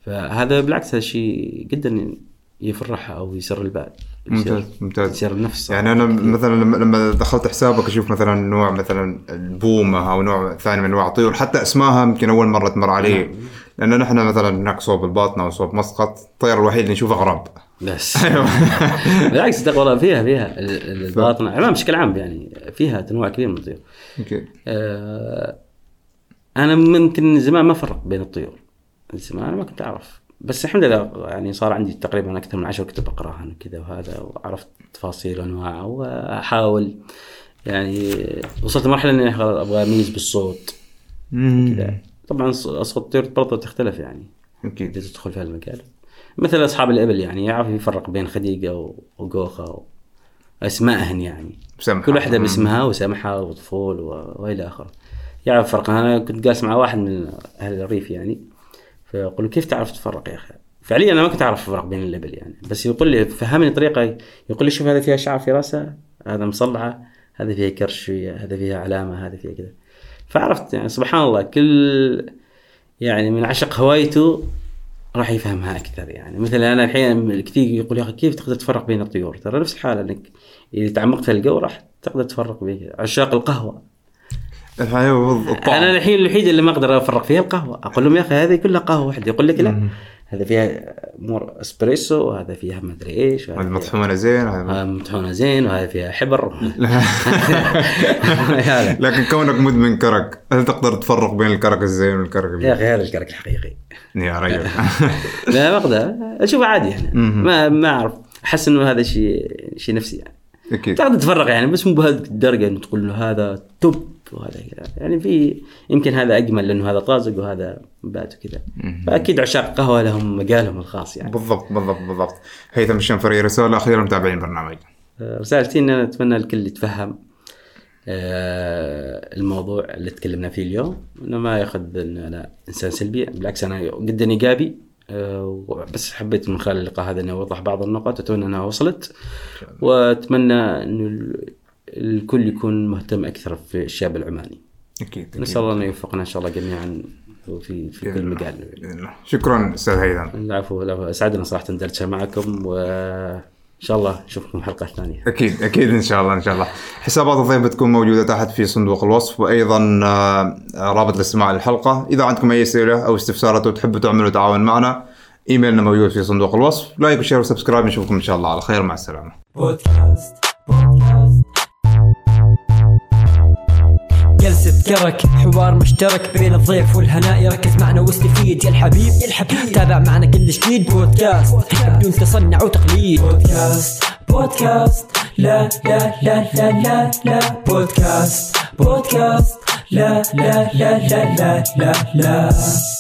S1: فهذا بالعكس هذا شيء جدا يفرح او يسر البال.
S2: ممتاز ممتاز.
S1: يسر النفس.
S2: يعني انا مثلا لما دخلت حسابك اشوف مثلا نوع مثلا البومه او نوع ثاني من انواع الطيور، حتى اسمها يمكن اول مره تمر علي، لان نحن مثلا هناك صوب الباطنه وصوب مسقط الطير الوحيد اللي نشوفه غراب
S1: بس. بالعكس تقول فيها فيها الباطنه عمام بشكل عام يعني فيها تنوع كبير من الطيور.
S2: اوكي.
S1: آه انا ممكن زمان ما فرق بين الطيور، زمان انا ما كنت اعرف، بس الحمد لله يعني صار عندي تقريبا اكثر من عشر كتب اقراها كذا وهذا، وعرفت تفاصيل وانواع، واحاول يعني وصلت مرحله اني ابغى اميز بالصوت كذا. طبعا اصوات الطيور برضه تختلف يعني
S2: اكيد
S1: اذا تدخل في المجال. مثل اصحاب الابل يعني يعرف يفرق بين خديقه وجوخه واسمائهن يعني سمحة. كل واحده باسمها وسمحه وطفول والى اخره، يعرف فرق. انا كنت جالس مع واحد من اهل الريف يعني، فيقول كيف تعرف تفرق يا اخي؟ فعليا انا ما كنت اعرف الفرق بين الابل يعني، بس يقول لي فهمني طريقه، يقول لي شوف هذا فيها شعر في راسها، هذا مصلعه، هذا فيها كرش، هذا فيها علامه، هذا فيها كذا. فعرفت يعني سبحان الله كل يعني من عشق هوايته راح يفهمها اكثر يعني. مثلا انا الحين كثير يقول يا اخي كيف تقدر تفرق بين الطيور؟ ترى نفس الحاله انك اذا تعمقت في الجو راح تقدر تفرق بين عشاق القهوه. انا الحين الوحيد اللي ما اقدر افرق فيها القهوه، اقول لهم يا اخي هذه كلها قهوه واحده، يقول لك لا هذا فيها مور اسبريسو وهذا فيها ما ادري ايش،
S2: هذا مطحونه زين
S1: وهذا مطحونه زين وهذا فيها حبر.
S2: لكن كونك مدمن كرك هل تقدر تفرق بين الكرك الزين والكرك
S1: يا اخي هذا الكرك الحقيقي
S2: يا رجل؟
S1: لا ما اقدر اشوفه عادي يعني، ما ما اعرف، احس انه هذا شيء شيء نفسي يعني.
S2: اكيد
S1: تقدر تفرق يعني، بس مو بهذه الدرجه انه تقول له هذا توب وهذا يعني، في يمكن هذا اجمل لانه هذا طازج وهذا بات وكذا. فاكيد عشاق القهوه لهم مجالهم الخاص يعني.
S2: بالضبط بالضبط بالضبط. هيثم الشنفري، رساله اخيره لمتابعين البرنامج.
S1: رسالتي ان انا اتمنى الكل يتفهم الموضوع اللي تكلمنا فيه اليوم، انه ما ياخذ ان انا انسان سلبي، بالعكس انا جدا ايجابي، بس حبيت من خلال اللقاء هذا اني اوضح بعض النقاط، اتمنى انها وصلت، واتمنى انه الكل يكون مهتم اكثر في الشاب العماني.
S2: اكيد
S1: نسال الله انه يوفقنا ان شاء الله جميعا في في كل مجال.
S2: شكرا استاذ هيثم.
S1: العفو، اسعدنا صراحه ندردش معكم، وان شاء الله نشوفكم حلقه ثانيه.
S2: اكيد اكيد ان شاء الله ان شاء الله. حسابات الضيف بتكون موجوده تحت في صندوق الوصف، وايضا رابط الاستماع للحلقه. اذا عندكم اي اسئله او استفسارات وتحبوا تعملوا تعاون معنا، ايميلنا موجود في صندوق الوصف. لايك وشير وسبسكرايب، نشوفكم ان شاء الله على خير، مع السلامه.
S3: بودكاست بودكاست جلسة كرك، حوار مشترك بين الضيف والهناء، يركز معنا واستفيد يا الحبيب يا الحبيب. تابع معنا كل جديد، بودكاست بدون تصنع وتقليد. بودكاست بودكاست لا لا لا لا لا لا بودكاست بودكاست لا لا لا لا لا لا لا